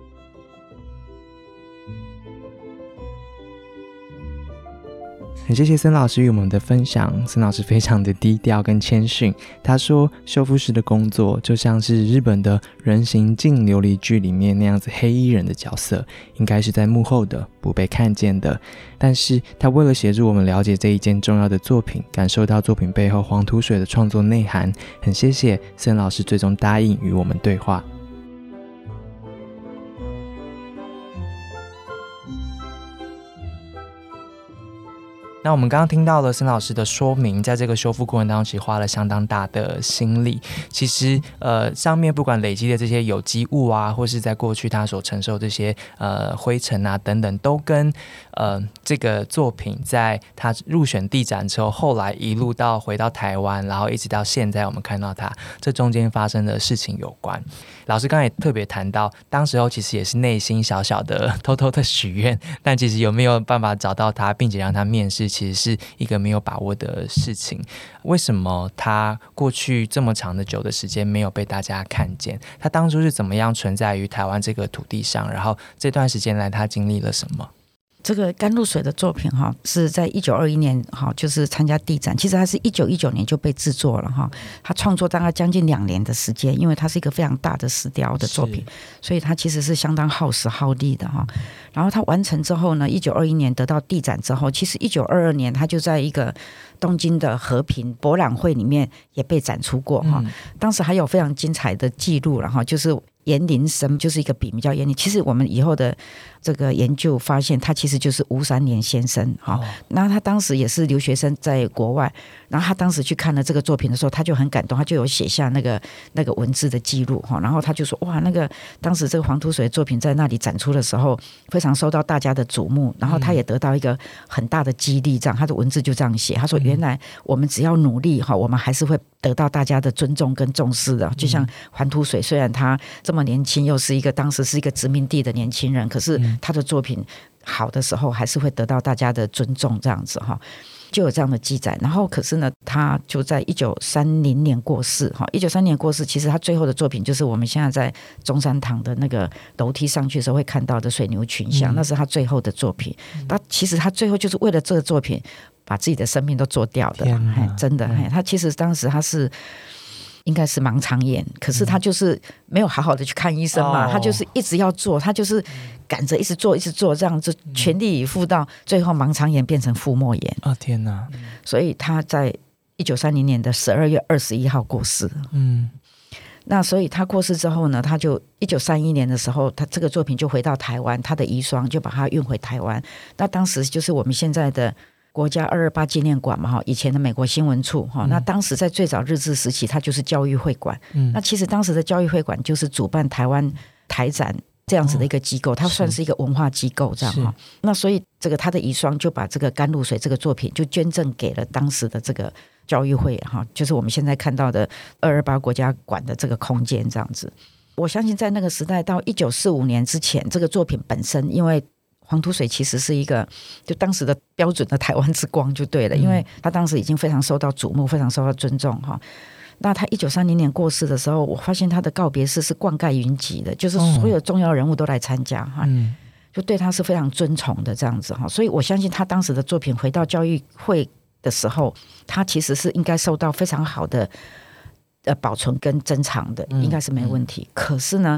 很谢谢森老师与我们的分享，森老师非常的低调跟谦逊。他说修复师的工作就像是日本的人形净琉璃剧里面那样子黑衣人的角色，应该是在幕后的，不被看见的。但是他为了协助我们了解这一件重要的作品，感受到作品背后黄土水的创作内涵，很谢谢森老师最终答应与我们对话。那我们刚刚听到了森老师的说明，在这个修复过程当中其实花了相当大的心力。其实上面不管累积的这些有机物啊，或是在过去他所承受这些灰尘啊等等，都跟这个作品在他入选地展之后，后来一路到回到台湾，然后一直到现在我们看到他这中间发生的事情有关。老师刚才也特别谈到，当时候其实也是内心小小的偷偷的许愿，但其实有没有办法找到他并且让他面试，其实是一个没有把握的事情。为什么他过去这么长的久的时间没有被大家看见？他当初是怎么样存在于台湾这个土地上？然后这段时间来他经历了什么？ 这个甘露水的作品是在1921年就是参加地展，其实它是1919年就被制作了他创作大概将近2年的时间，因为它是一个非常大的石雕的作品，所以它其实是相当耗时耗力的然后它完成之后呢，1921年得到地展之后，其实1922年它就在一个东京的和平博览会里面也被展出过当时还有非常精彩的记录，然后就是延龄生就是一个比较延龄，其实我们以后的这个研究发现他其实就是吴三连先生然后他当时也是留学生在国外，然后他当时去看了这个作品的时候，他就很感动，他就有写下那个文字的记录然后他就说哇，那个当时这个黄土水的作品在那里展出的时候非常受到大家的瞩目，然后他也得到一个很大的激励，这样他的文字就这样写，他说原来我们只要努力我们还是会得到大家的尊重跟重视的。就像黄土水虽然他这么年轻，又是一个当时是一个殖民地的年轻人，可是他的作品好的时候还是会得到大家的尊重，这样子就有这样的记载。然后可是呢他就在1930年过世1930年过世，其实他最后的作品就是我们现在在中山堂的那个楼梯上去的时候会看到的水牛群像那是他最后的作品其实他最后就是为了这个作品把自己的生命都做掉的真的他其实当时他是应该是盲肠炎，可是他就是没有好好的去看医生嘛他就是一直要做，他就是赶着一直做一直做，这样子全力以赴到最后盲肠炎变成腹膜炎天哪！ 所以他在1930年的12月21号过世那所以他过世之后呢，他就1931年的时候，他这个作品就回到台湾，他的遗孀就把他运回台湾。那当时就是我们现在的国家228纪念馆嘛，以前的美国新闻处。那当时在最早日治时期，它就是教育会馆。那其实当时的教育会馆就是主办台湾台展这样子的一个机构，它算是一个文化机构这样。那所以这个他的遗孀就把这个甘露水这个作品就捐赠给了当时的这个教育会，就是我们现在看到的228国家馆的这个空间这样子。我相信在那个时代到1945年之前，这个作品本身，因为黄土水其实是一个就当时的标准的台湾之光就对了，因为他当时已经非常受到瞩目，非常受到尊重。那他1930年过世的时候，我发现他的告别式是冠盖云集的，就是所有重要人物都来参加，就对他是非常尊崇的这样子。所以我相信他当时的作品回到教育会的时候，他其实是应该受到非常好的保存跟珍藏的，应该是没问题。可是呢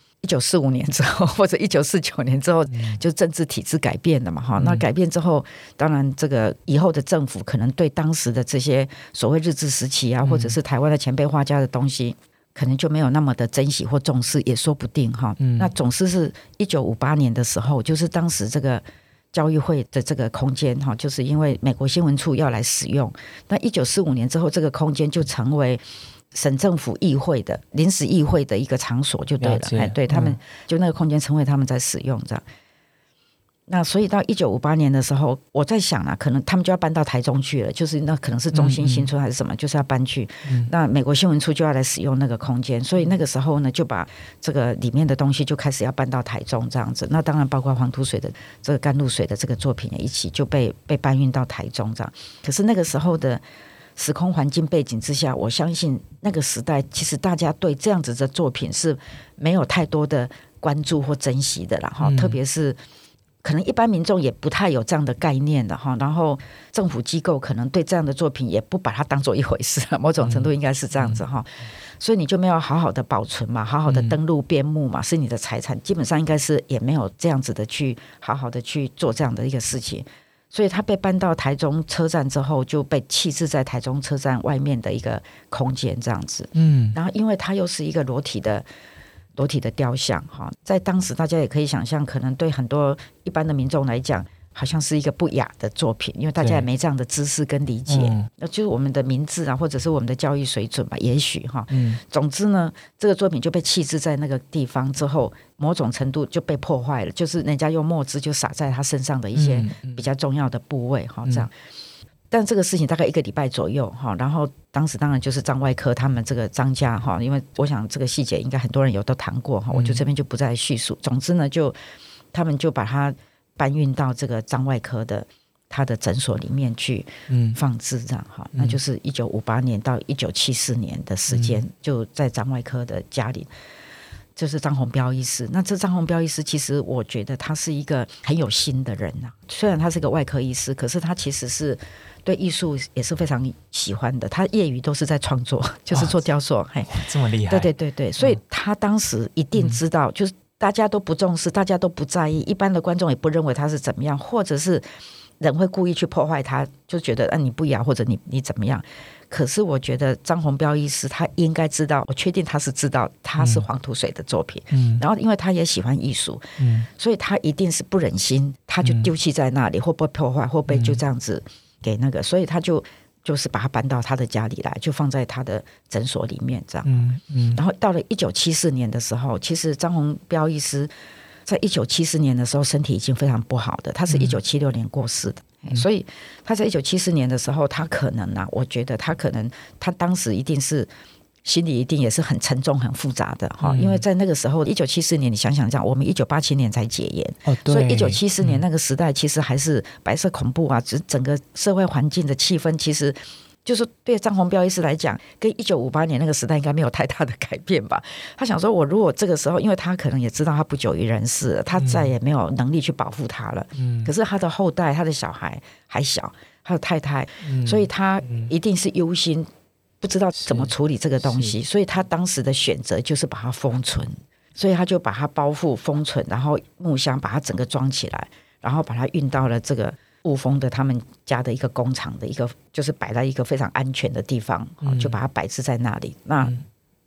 1945年之后或者1949年之后，就政治体制改变了嘛，那改变之后，当然这个以后的政府可能对当时的这些所谓日治时期啊，或者是台湾的前辈画家的东西，可能就没有那么的珍惜或重视，也说不定哈。那总是1958年的时候，就是当时这个教育会的这个空间哈，就是因为美国新闻处要来使用，那1945年之后，这个空间就成为省政府议会的临时议会的一个场所就对了。对，他们就那个空间成为他们在使用这样。那所以到1958年的时候，我在想啊，可能他们就要搬到台中去了，就是那可能是中心新村还是什么，就是要搬去。那美国新闻处就要来使用那个空间，所以那个时候呢，就把这个里面的东西就开始要搬到台中这样子。那当然包括黄土水的这个甘露水的这个作品也一起就被搬运到台中这样。可是那个时候的时空环境背景之下，我相信那个时代其实大家对这样子的作品是没有太多的关注或珍惜的啦，特别是可能一般民众也不太有这样的概念的哈，然后政府机构可能对这样的作品也不把它当做一回事，某种程度应该是这样子哈，所以你就没有好好的保存嘛，好好的登录编目嘛，是你的财产，基本上应该是也没有这样子的去好好的去做这样的一个事情。所以他被搬到台中车站之后，就被弃置在台中车站外面的一个空间这样子。然后因为它又是一个裸体的雕像哈，在当时大家也可以想象，可能对很多一般的民众来讲，好像是一个不雅的作品，因为大家也没这样的知识跟理解，那就是我们的民智啊，或者是我们的教育水准吧，也许哈。总之呢，这个作品就被弃置在那个地方之后，某种程度就被破坏了，就是人家用墨汁就洒在他身上的一些比较重要的部位哈，这样。但这个事情大概1个礼拜左右哈，然后当时当然就是张外科他们这个张家哈，因为我想这个细节应该很多人有都谈过哈，我就这边就不再叙述。总之呢，就他们就把它搬运到这个张外科的他的诊所里面去放置这样哈，那就是1958年到1974年的时间，就在张外科的家里。就是张宏标医师，那这张宏标医师其实我觉得他是一个很有心的人啊，虽然他是个外科医师，可是他其实是对艺术也是非常喜欢的，他业余都是在创作，就是做雕塑。 这么厉害。 对，所以他当时一定知道，就是大家都不重视，大家都不在意，一般的观众也不认为他是怎么样，或者是人会故意去破坏他，就觉得你不雅或者你怎么样。可是我觉得张宏标医师他应该知道，我确定他是知道他是黄土水的作品，然后因为他也喜欢艺术，所以他一定是不忍心他就丢弃在那里，会不会破坏，会不会就这样子给那个，所以他就是把它搬到他的家里来，就放在他的诊所里面这样。然后到了1974年的时候，其实张宏标医师在1974年的时候身体已经非常不好的，他是1976年过世的。所以他在1974年的时候，他可能啊，我觉得他当时一定是心里一定也是很沉重很复杂的哈，因为在那个时候1974年，你想想这样，我们1987年才解严，所以1974年那个时代其实还是白色恐怖啊，整个社会环境的气氛其实就是对张宏标医师来讲，跟1958年那个时代应该没有太大的改变吧。他想说，我如果这个时候，因为他可能也知道他不久于人世了，他再也没有能力去保护他了。可是他的后代，他的小孩还小，他的太太，所以他一定是忧心，不知道怎么处理这个东西，所以他当时的选择就是把它封存，所以他就把它包覆封存，然后木箱把它整个装起来，然后把它运到了这个雾峰的他们家的一个工厂的一个，就是摆在一个非常安全的地方，就把它摆置在那里。那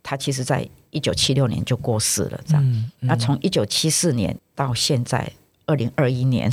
他其实在1976年就过世了，这样。那从1974年到现在2021年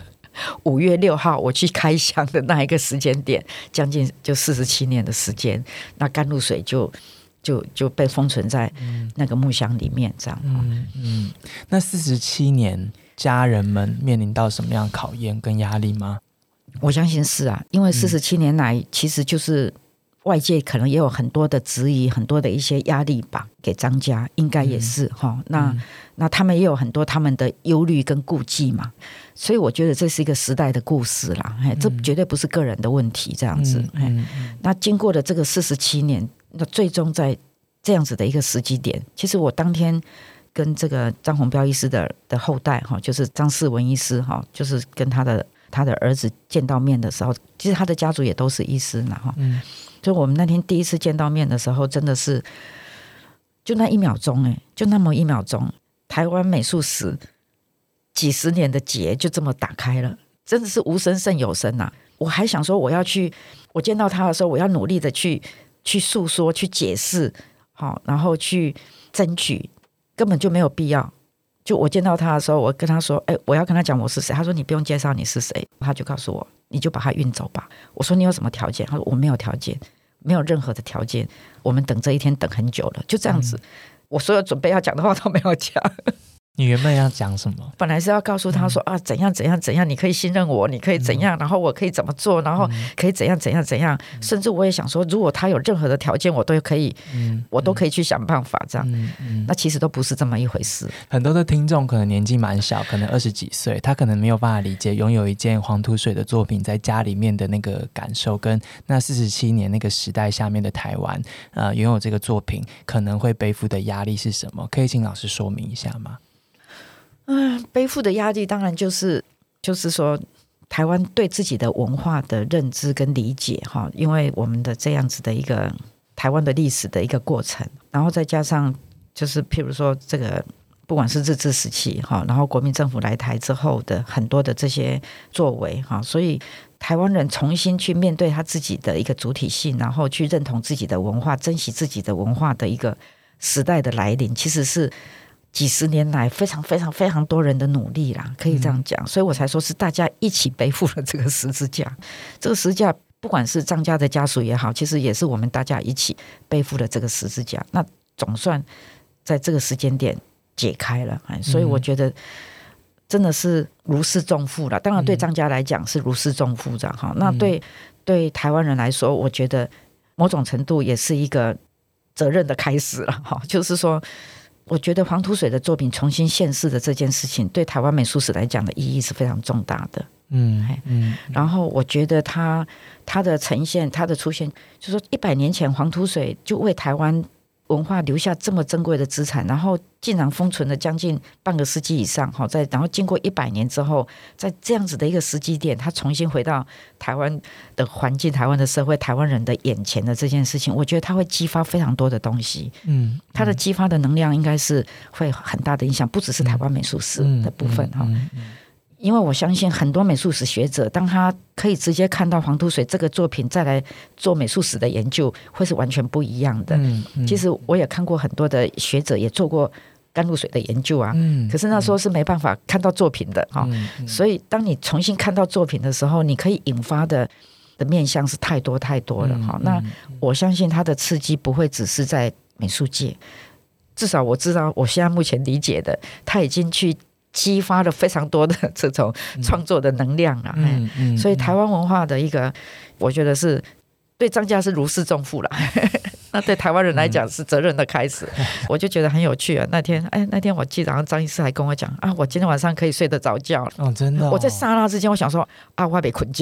5月6号我去开箱的那一个时间点，将近就47年的时间，那甘露水就被封存在那个木箱里面，这样。 那47年，家人们面临到什么样的考验跟压力吗？ 我相信是啊，因为47年来，其实就是外界可能也有很多的质疑，很多的一些压力吧，给张家应该也是哈。那他们也有很多他们的忧虑跟顾忌嘛，所以我觉得这是一个时代的故事啦，这绝对不是个人的问题，这样子。那经过了这个47年，那最终在这样子的一个时机点，其实我当天跟这个张宏标医师的后代哈，就是张世文医师哈，就是跟他的儿子见到面的时候，其实他的家族也都是医师嘛哈。就我们那天第一次见到面的时候，真的是就那1秒钟就那么1秒钟，台湾美术史几十年的结就这么打开了，真的是无声胜有声啊！我还想说我见到他的时候，我要努力的去诉说、去解释，然后去争取，根本就没有必要。就我见到他的时候，我跟他说：“我要跟他讲我是谁。”他说：“你不用介绍你是谁。”他就告诉我：“你就把他运走吧。”我说：“你有什么条件？”他说：“我没有条件，没有任何的条件。我们等这一天等很久了，就这样子。我所有准备要讲的话都没有讲。 你原本要讲什么？ 本来是要告诉他说怎样怎样怎样，你可以信任我，你可以怎样，然后我可以怎么做，然后可以怎样怎样怎样，甚至我也想说，如果他有任何的条件，我都可以去想办法这样。那其实都不是这么一回事。 很多的听众可能年纪蛮小，可能20几岁，他可能没有办法理解拥有一件黄土水的作品在家里面的那个感受，跟那47年那个时代下面的台湾拥有这个作品可能会背负的压力是什么？可以请老师说明一下吗？ 背负的压力当然就是说台湾对自己的文化的认知跟理解哈，因为我们的这样子的一个台湾的历史的一个过程，然后再加上就是譬如说这个不管是日治时期哈，然后国民政府来台之后的很多的这些作为哈，所以台湾人重新去面对他自己的一个主体性，然后去认同自己的文化，珍惜自己的文化的一个时代的来临，其实是几十年来非常非常非常多人的努力啦，可以这样讲，所以我才说是大家一起背负了这个十字架。这个十字架不管是张家的家属也好，其实也是我们大家一起背负了这个十字架。那总算在这个时间点解开了，所以我觉得真的是如释重负了。当然对张家来讲是如释重负这样哈，那对台湾人来说，我觉得某种程度也是一个责任的开始了哈，就是说。我觉得黄土水的作品重新现世的这件事情，对台湾美术史来讲的意义是非常重大的。然后我觉得它的呈现，它的出现，就是说100年前黄土水就为台湾文化留下这么珍贵的资产，然后竟然封存了将近半个世纪以上，然后经过100年之后，在这样子的一个时机点，它重新回到台湾的环境、台湾的社会、台湾人的眼前的这件事情，我觉得它会激发非常多的东西。它的激发的能量应该是会很大的影响，不只是台湾美术史的部分哈。因为我相信很多美术史学者，当他可以直接看到黄土水这个作品再来做美术史的研究，会是完全不一样的。其实我也看过很多的学者也做过甘露水的研究啊，可是那时候是没办法看到作品的哈。所以当你重新看到作品的时候，你可以引发的面向是太多太多了哈。那我相信它的刺激不会只是在美术界，至少我知道我现在目前理解的，他已经去激发了非常多的这种创作的能量了。所以台湾文化的一个，我觉得是对张家是如释重负了。那对台湾人来讲是责任的开始。我就觉得很有趣啊。那天我记得张医师还跟我讲我今天晚上可以睡得着觉了。 真的我在刹那之间我想说我还没困觉。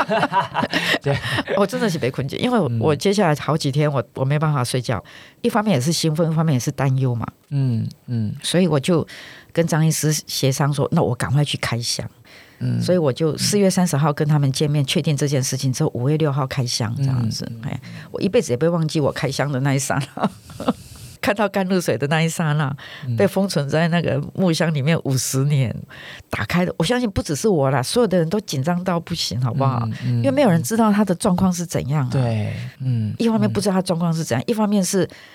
我真的是没困觉，因为我接下来好几天我没办法睡觉，一方面也是兴奋，一方面也是担忧嘛。所以我就跟张医师协商说，那我赶快去开箱。所以我就4月30号跟他们见面，确定这件事情之后，5月6号开箱这样子。我一辈子也不会忘记我开箱的那一刹那，看到甘露水的那一刹那，被封存在那个木箱里面50年，打开的，我相信不只是我啦，所有的人都紧张到不行，好不好？因为没有人知道他的状况是怎样。对，一方面不知道他状况是怎样，一方面是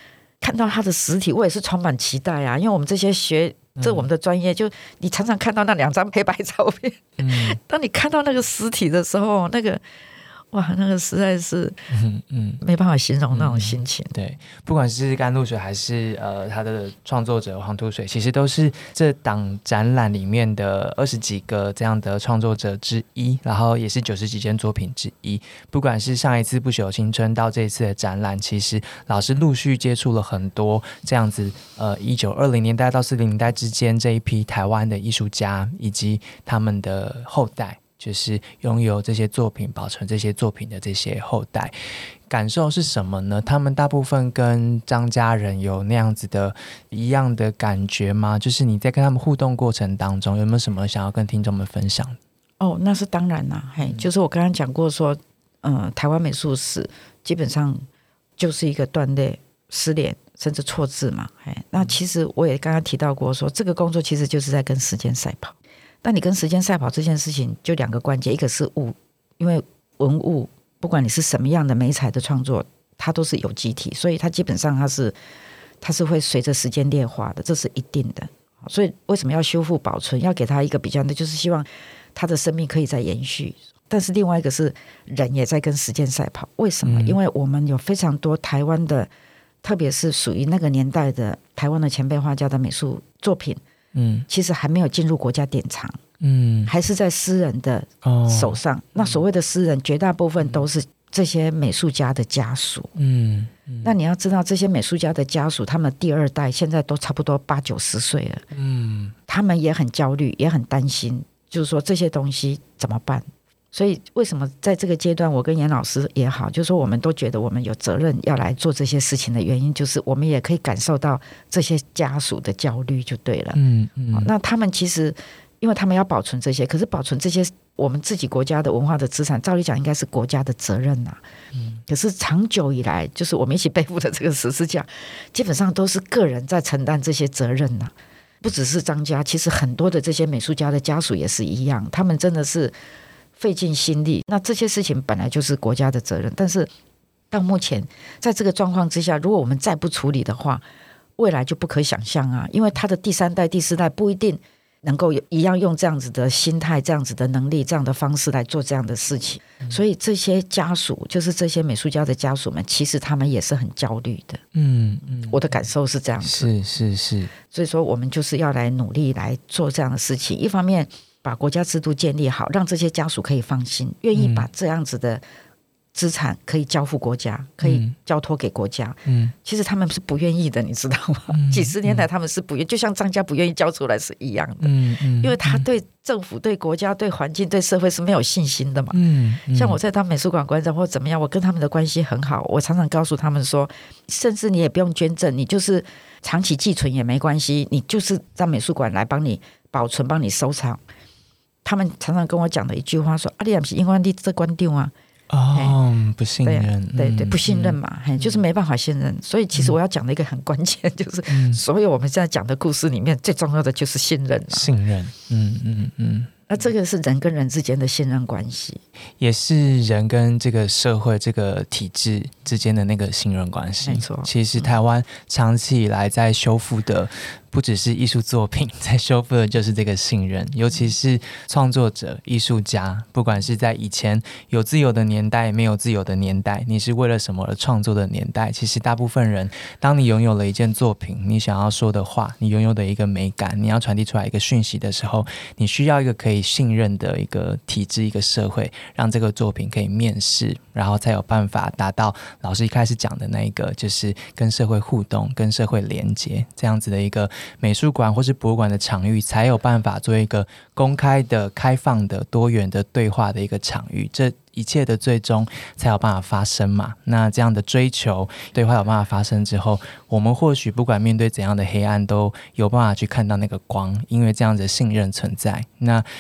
看到它的实体，我也是充满期待啊，因为我们这些我们的专业，就你常常看到那2张黑白照片，当你看到那个实体的时候，那个实在是没办法形容那种心情。 对，不管是甘露水还是他的创作者黄土水，其实都是这档展览里面的20几个这样的创作者之一，然后也是90几件作品之一。不管是上一次不朽青春到这一次的展览，其实老师陆续接触了很多这样子1920年代到40年代之间这一批台湾的艺术家以及他们的后代，就是拥有这些作品保存这些作品的这些后代，感受是什么呢？他们大部分跟张家人有那样子的一样的感觉吗？就是你在跟他们互动过程当中有没有什么想要跟听众们分享？ 那是当然啦，就是我刚刚讲过说台湾美术史基本上就是一个断裂、失联甚至错字嘛。那其实我也刚刚提到过说，这个工作其实就是在跟时间赛跑。那你跟时间赛跑这件事情就2个关键，一个是物，因为文物不管你是什么样的媒材的创作，它都是有机体，所以它基本上它是会随着时间劣化的，这是一定的。所以为什么要修复保存，要给它一个比较的，就是希望它的生命可以再延续。但是另外一个是人也在跟时间赛跑，为什么？因为我们有非常多台湾的，特别是属于那个年代的台湾的前辈画家的美术作品，其实还没有进入国家典藏，还是在私人的手上。那所谓的私人，绝大部分都是这些美术家的家属。那你要知道，这些美术家的家属，他们第2代现在都差不多80、90岁了。他们也很焦虑，也很担心，就是说这些东西怎么办？所以为什么在这个阶段，我跟严老师也好，就是说我们都觉得我们有责任要来做这些事情的原因，就是我们也可以感受到这些家属的焦虑就对了。那他们其实因为他们要保存这些，可是保存这些我们自己国家的文化的资产，照理讲应该是国家的责任啊。可是长久以来，就是我们一起背负的这个十字架，基本上都是个人在承担这些责任啊。不只是张家，其实很多的这些美术家的家属也是一样，他们真的是费尽心力。那这些事情本来就是国家的责任，但是到目前在这个状况之下，如果我们再不处理的话，未来就不可想象啊。因为他的第3代、第4代不一定能够一样用这样子的心态、这样子的能力、这样的方式来做这样的事情。所以这些家属，就是这些美术家的家属们，其实他们也是很焦虑的。我的感受是这样子。 是。 所以说我们就是要来努力来做这样的事情，一方面把国家制度建立好，让这些家属可以放心，愿意把这样子的资产可以交付国家，可以交托给国家。其实他们是不愿意的，你知道吗？几十年来他们是不愿意，就像张家不愿意交出来是一样的。因为他对政府、对国家、对环境、对社会是没有信心的嘛。像我在当美术馆馆长或怎么样，我跟他们的关系很好，我常常告诉他们说，甚至你也不用捐赠，你就是长期寄存也没关系，你就是让美术馆来帮你保存、帮你收藏。他们常常跟我讲的一句话说：“你也不是因为你这关掉啊。” 不信任。 对，不信任嘛，就是没办法信任。所以其实我要讲的一个很关键，就是所有我们现在讲的故事里面最重要的就是信任。 信任。 那这个是人跟人之间的信任关系， 也是人跟这个社会、这个体制之间的那个信任关系。 没错， 其实台湾长期以来在修复的不只是艺术作品，在修复的就是这个信任，尤其是创作者、艺术家，不管是在以前有自由的年代、没有自由的年代，你是为了什么而创作的年代，其实大部分人，当你拥有了一件作品，你想要说的话，你拥有的一个美感，你要传递出来一个讯息的时候，你需要一个可以信任的一个体制、一个社会，让这个作品可以面世，然后才有办法达到老师一开始讲的那一个，就是跟社会互动、跟社会连接这样子的一个美术馆或是博物馆的场域，才有办法做一个公开的、开放的、多元的对话的一个场域。这一切的最终才有办法发生嘛。那这样的追求对话有办法发生之后，我们或许不管面对怎样的黑暗，都有办法去看到那个光，因为这样的信任存在。那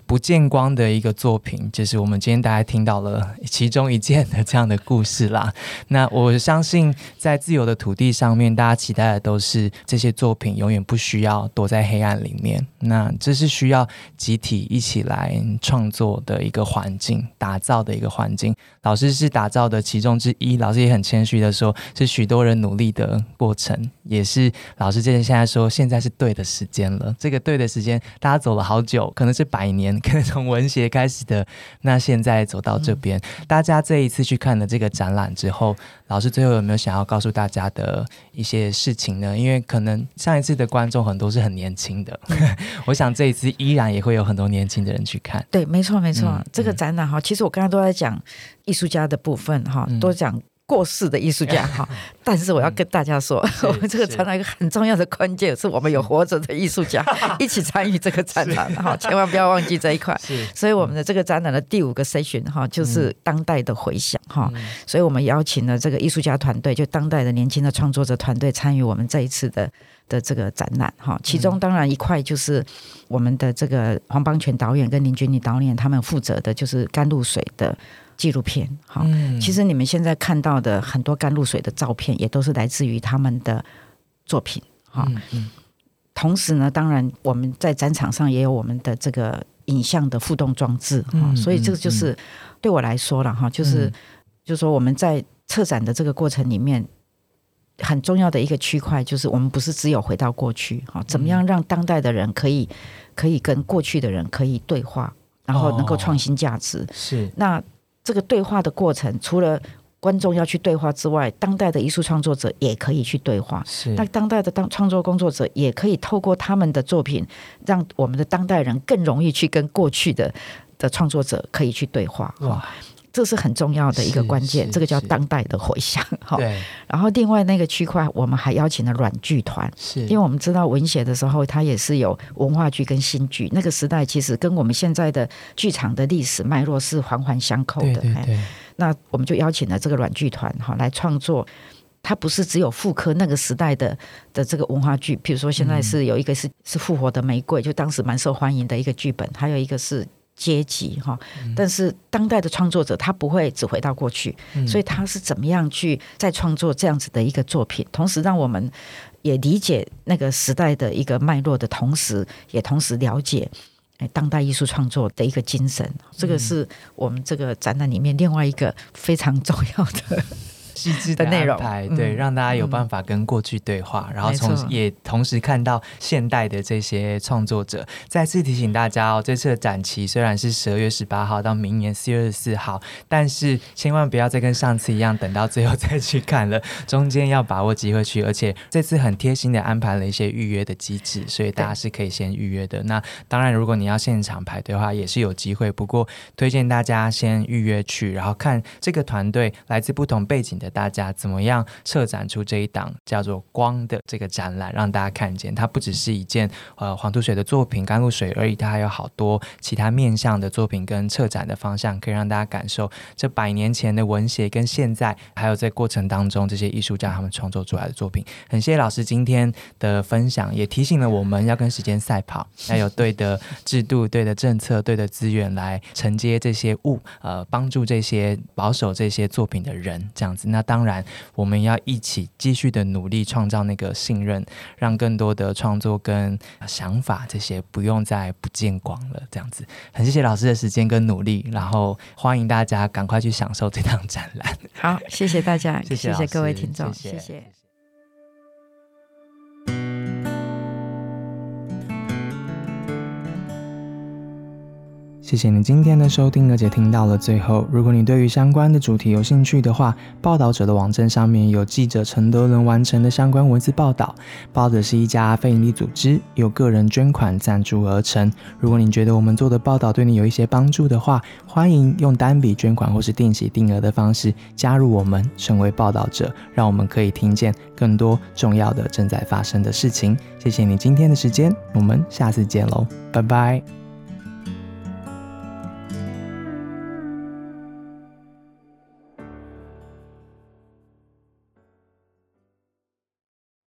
不见光的一个作品，就是我们今天大家听到了其中一件的这样的故事啦。那我相信在自由的土地上面，大家期待的都是这些作品永远不需要躲在黑暗里面，那这是需要集体一起来创作的一个环境，打造的一个环境。老师是打造的其中之一，老师也很谦虚的说是许多人努力的过程，也是老师现在说现在是对的时间了。这个对的时间大家走了好久，可能是100年，可能从文协开始的，那现在走到这边，大家这一次去看了这个展览之后，老师最后有没有想要告诉大家的一些事情呢？因为可能上一次的观众很多是很年轻的我想这一次依然也会有很多年轻的人去看。 对，没错没错，这个展览其实我刚刚都在讲艺术家的部分都讲过世的艺术家但是我要跟大家说我们这个展览一个很重要的关键是我们有活着的艺术家一起参与这个展览千万不要忘记这一块。所以我们的这个展览的第5个 session 就是当代的回响所以我们邀请了这个艺术家团队，就当代的年轻的创作者团队参与我们这一次的这个展览其中当然一块就是我们的这个黄邦全导演跟林君妮导演他们负责的就是甘露水的纪录片其实你们现在看到的很多甘露水的照片也都是来自于他们的作品同时呢当然我们在展场上也有我们的这个影像的互动装置所以这个就是对我来说啦就是说我们在策展的这个过程里面很重要的一个区块就是我们不是只有回到过去怎么样让当代的人可以跟过去的人可以对话，然后能够创新价值是那这个对话的过程除了观众要去对话之外，当代的艺术创作者也可以去对话，那当代的创作工作者也可以透过他们的作品让我们的当代人更容易去跟过去的创作者可以去对话这是很重要的一个关键，这个叫当代的回响对。 然后另外那个区块我们还邀请了软剧团，因为我们知道文协的时候它也是有文化剧跟新剧，那个时代其实跟我们现在的剧场的历史脉络是环环相扣的。对那我们就邀请了这个软剧团来创作，它不是只有复刻那个时代的这个文化剧，比如说现在是有一个是复活的玫瑰，就当时蛮受欢迎的一个剧本，还有一个是阶级但是当代的创作者他不会只回到过去所以他是怎么样去再创作这样子的一个作品，同时让我们也理解那个时代的一个脉络的同时，也同时了解当代艺术创作的一个精神，这个是我们这个展览里面另外一个非常重要的细致的安排，对，让大家有办法跟过去对话，然后也同时看到现代的这些创作者。再次提醒大家这次的展期虽然是12月18号到明年4月24号，但是千万不要再跟上次一样等到最后再去看了，中间要把握机会去，而且这次很贴心的安排了一些预约的机制，所以大家是可以先预约的。那当然如果你要现场排队的话也是有机会，不过推荐大家先预约去，然后看这个团队来自不同背景的大家怎么样策展出这一档叫做光的这个展览，让大家看见它不只是一件黄土水的作品甘露水而已，它还有好多其他面向的作品跟策展的方向，可以让大家感受这100年前的文协跟现在还有在过程当中这些艺术家他们创作出来的作品。很谢谢老师今天的分享，也提醒了我们要跟时间赛跑，要有对的制度对的政策对的资源来承接这些物帮助这些保守这些作品的人这样子。那当然我们要一起继续的努力创造那个信任，让更多的创作跟想法这些不用再不见光了这样子。很谢谢老师的时间跟努力，然后欢迎大家赶快去享受这档展览。 好，谢谢大家谢谢各位听众， 谢谢。 谢谢你今天的收听，而且听到了最后。如果你对于相关的主题有兴趣的话，报道者的网站上面有记者陈德伦完成的相关文字报道。报者是一家非营利组织，由个人捐款赞助而成。如果你觉得我们做的报道对你有一些帮助的话，欢迎用单笔捐款或是定期定额的方式加入我们，成为报道者，让我们可以听见更多重要的正在发生的事情。谢谢你今天的时间，我们下次见喽，拜拜。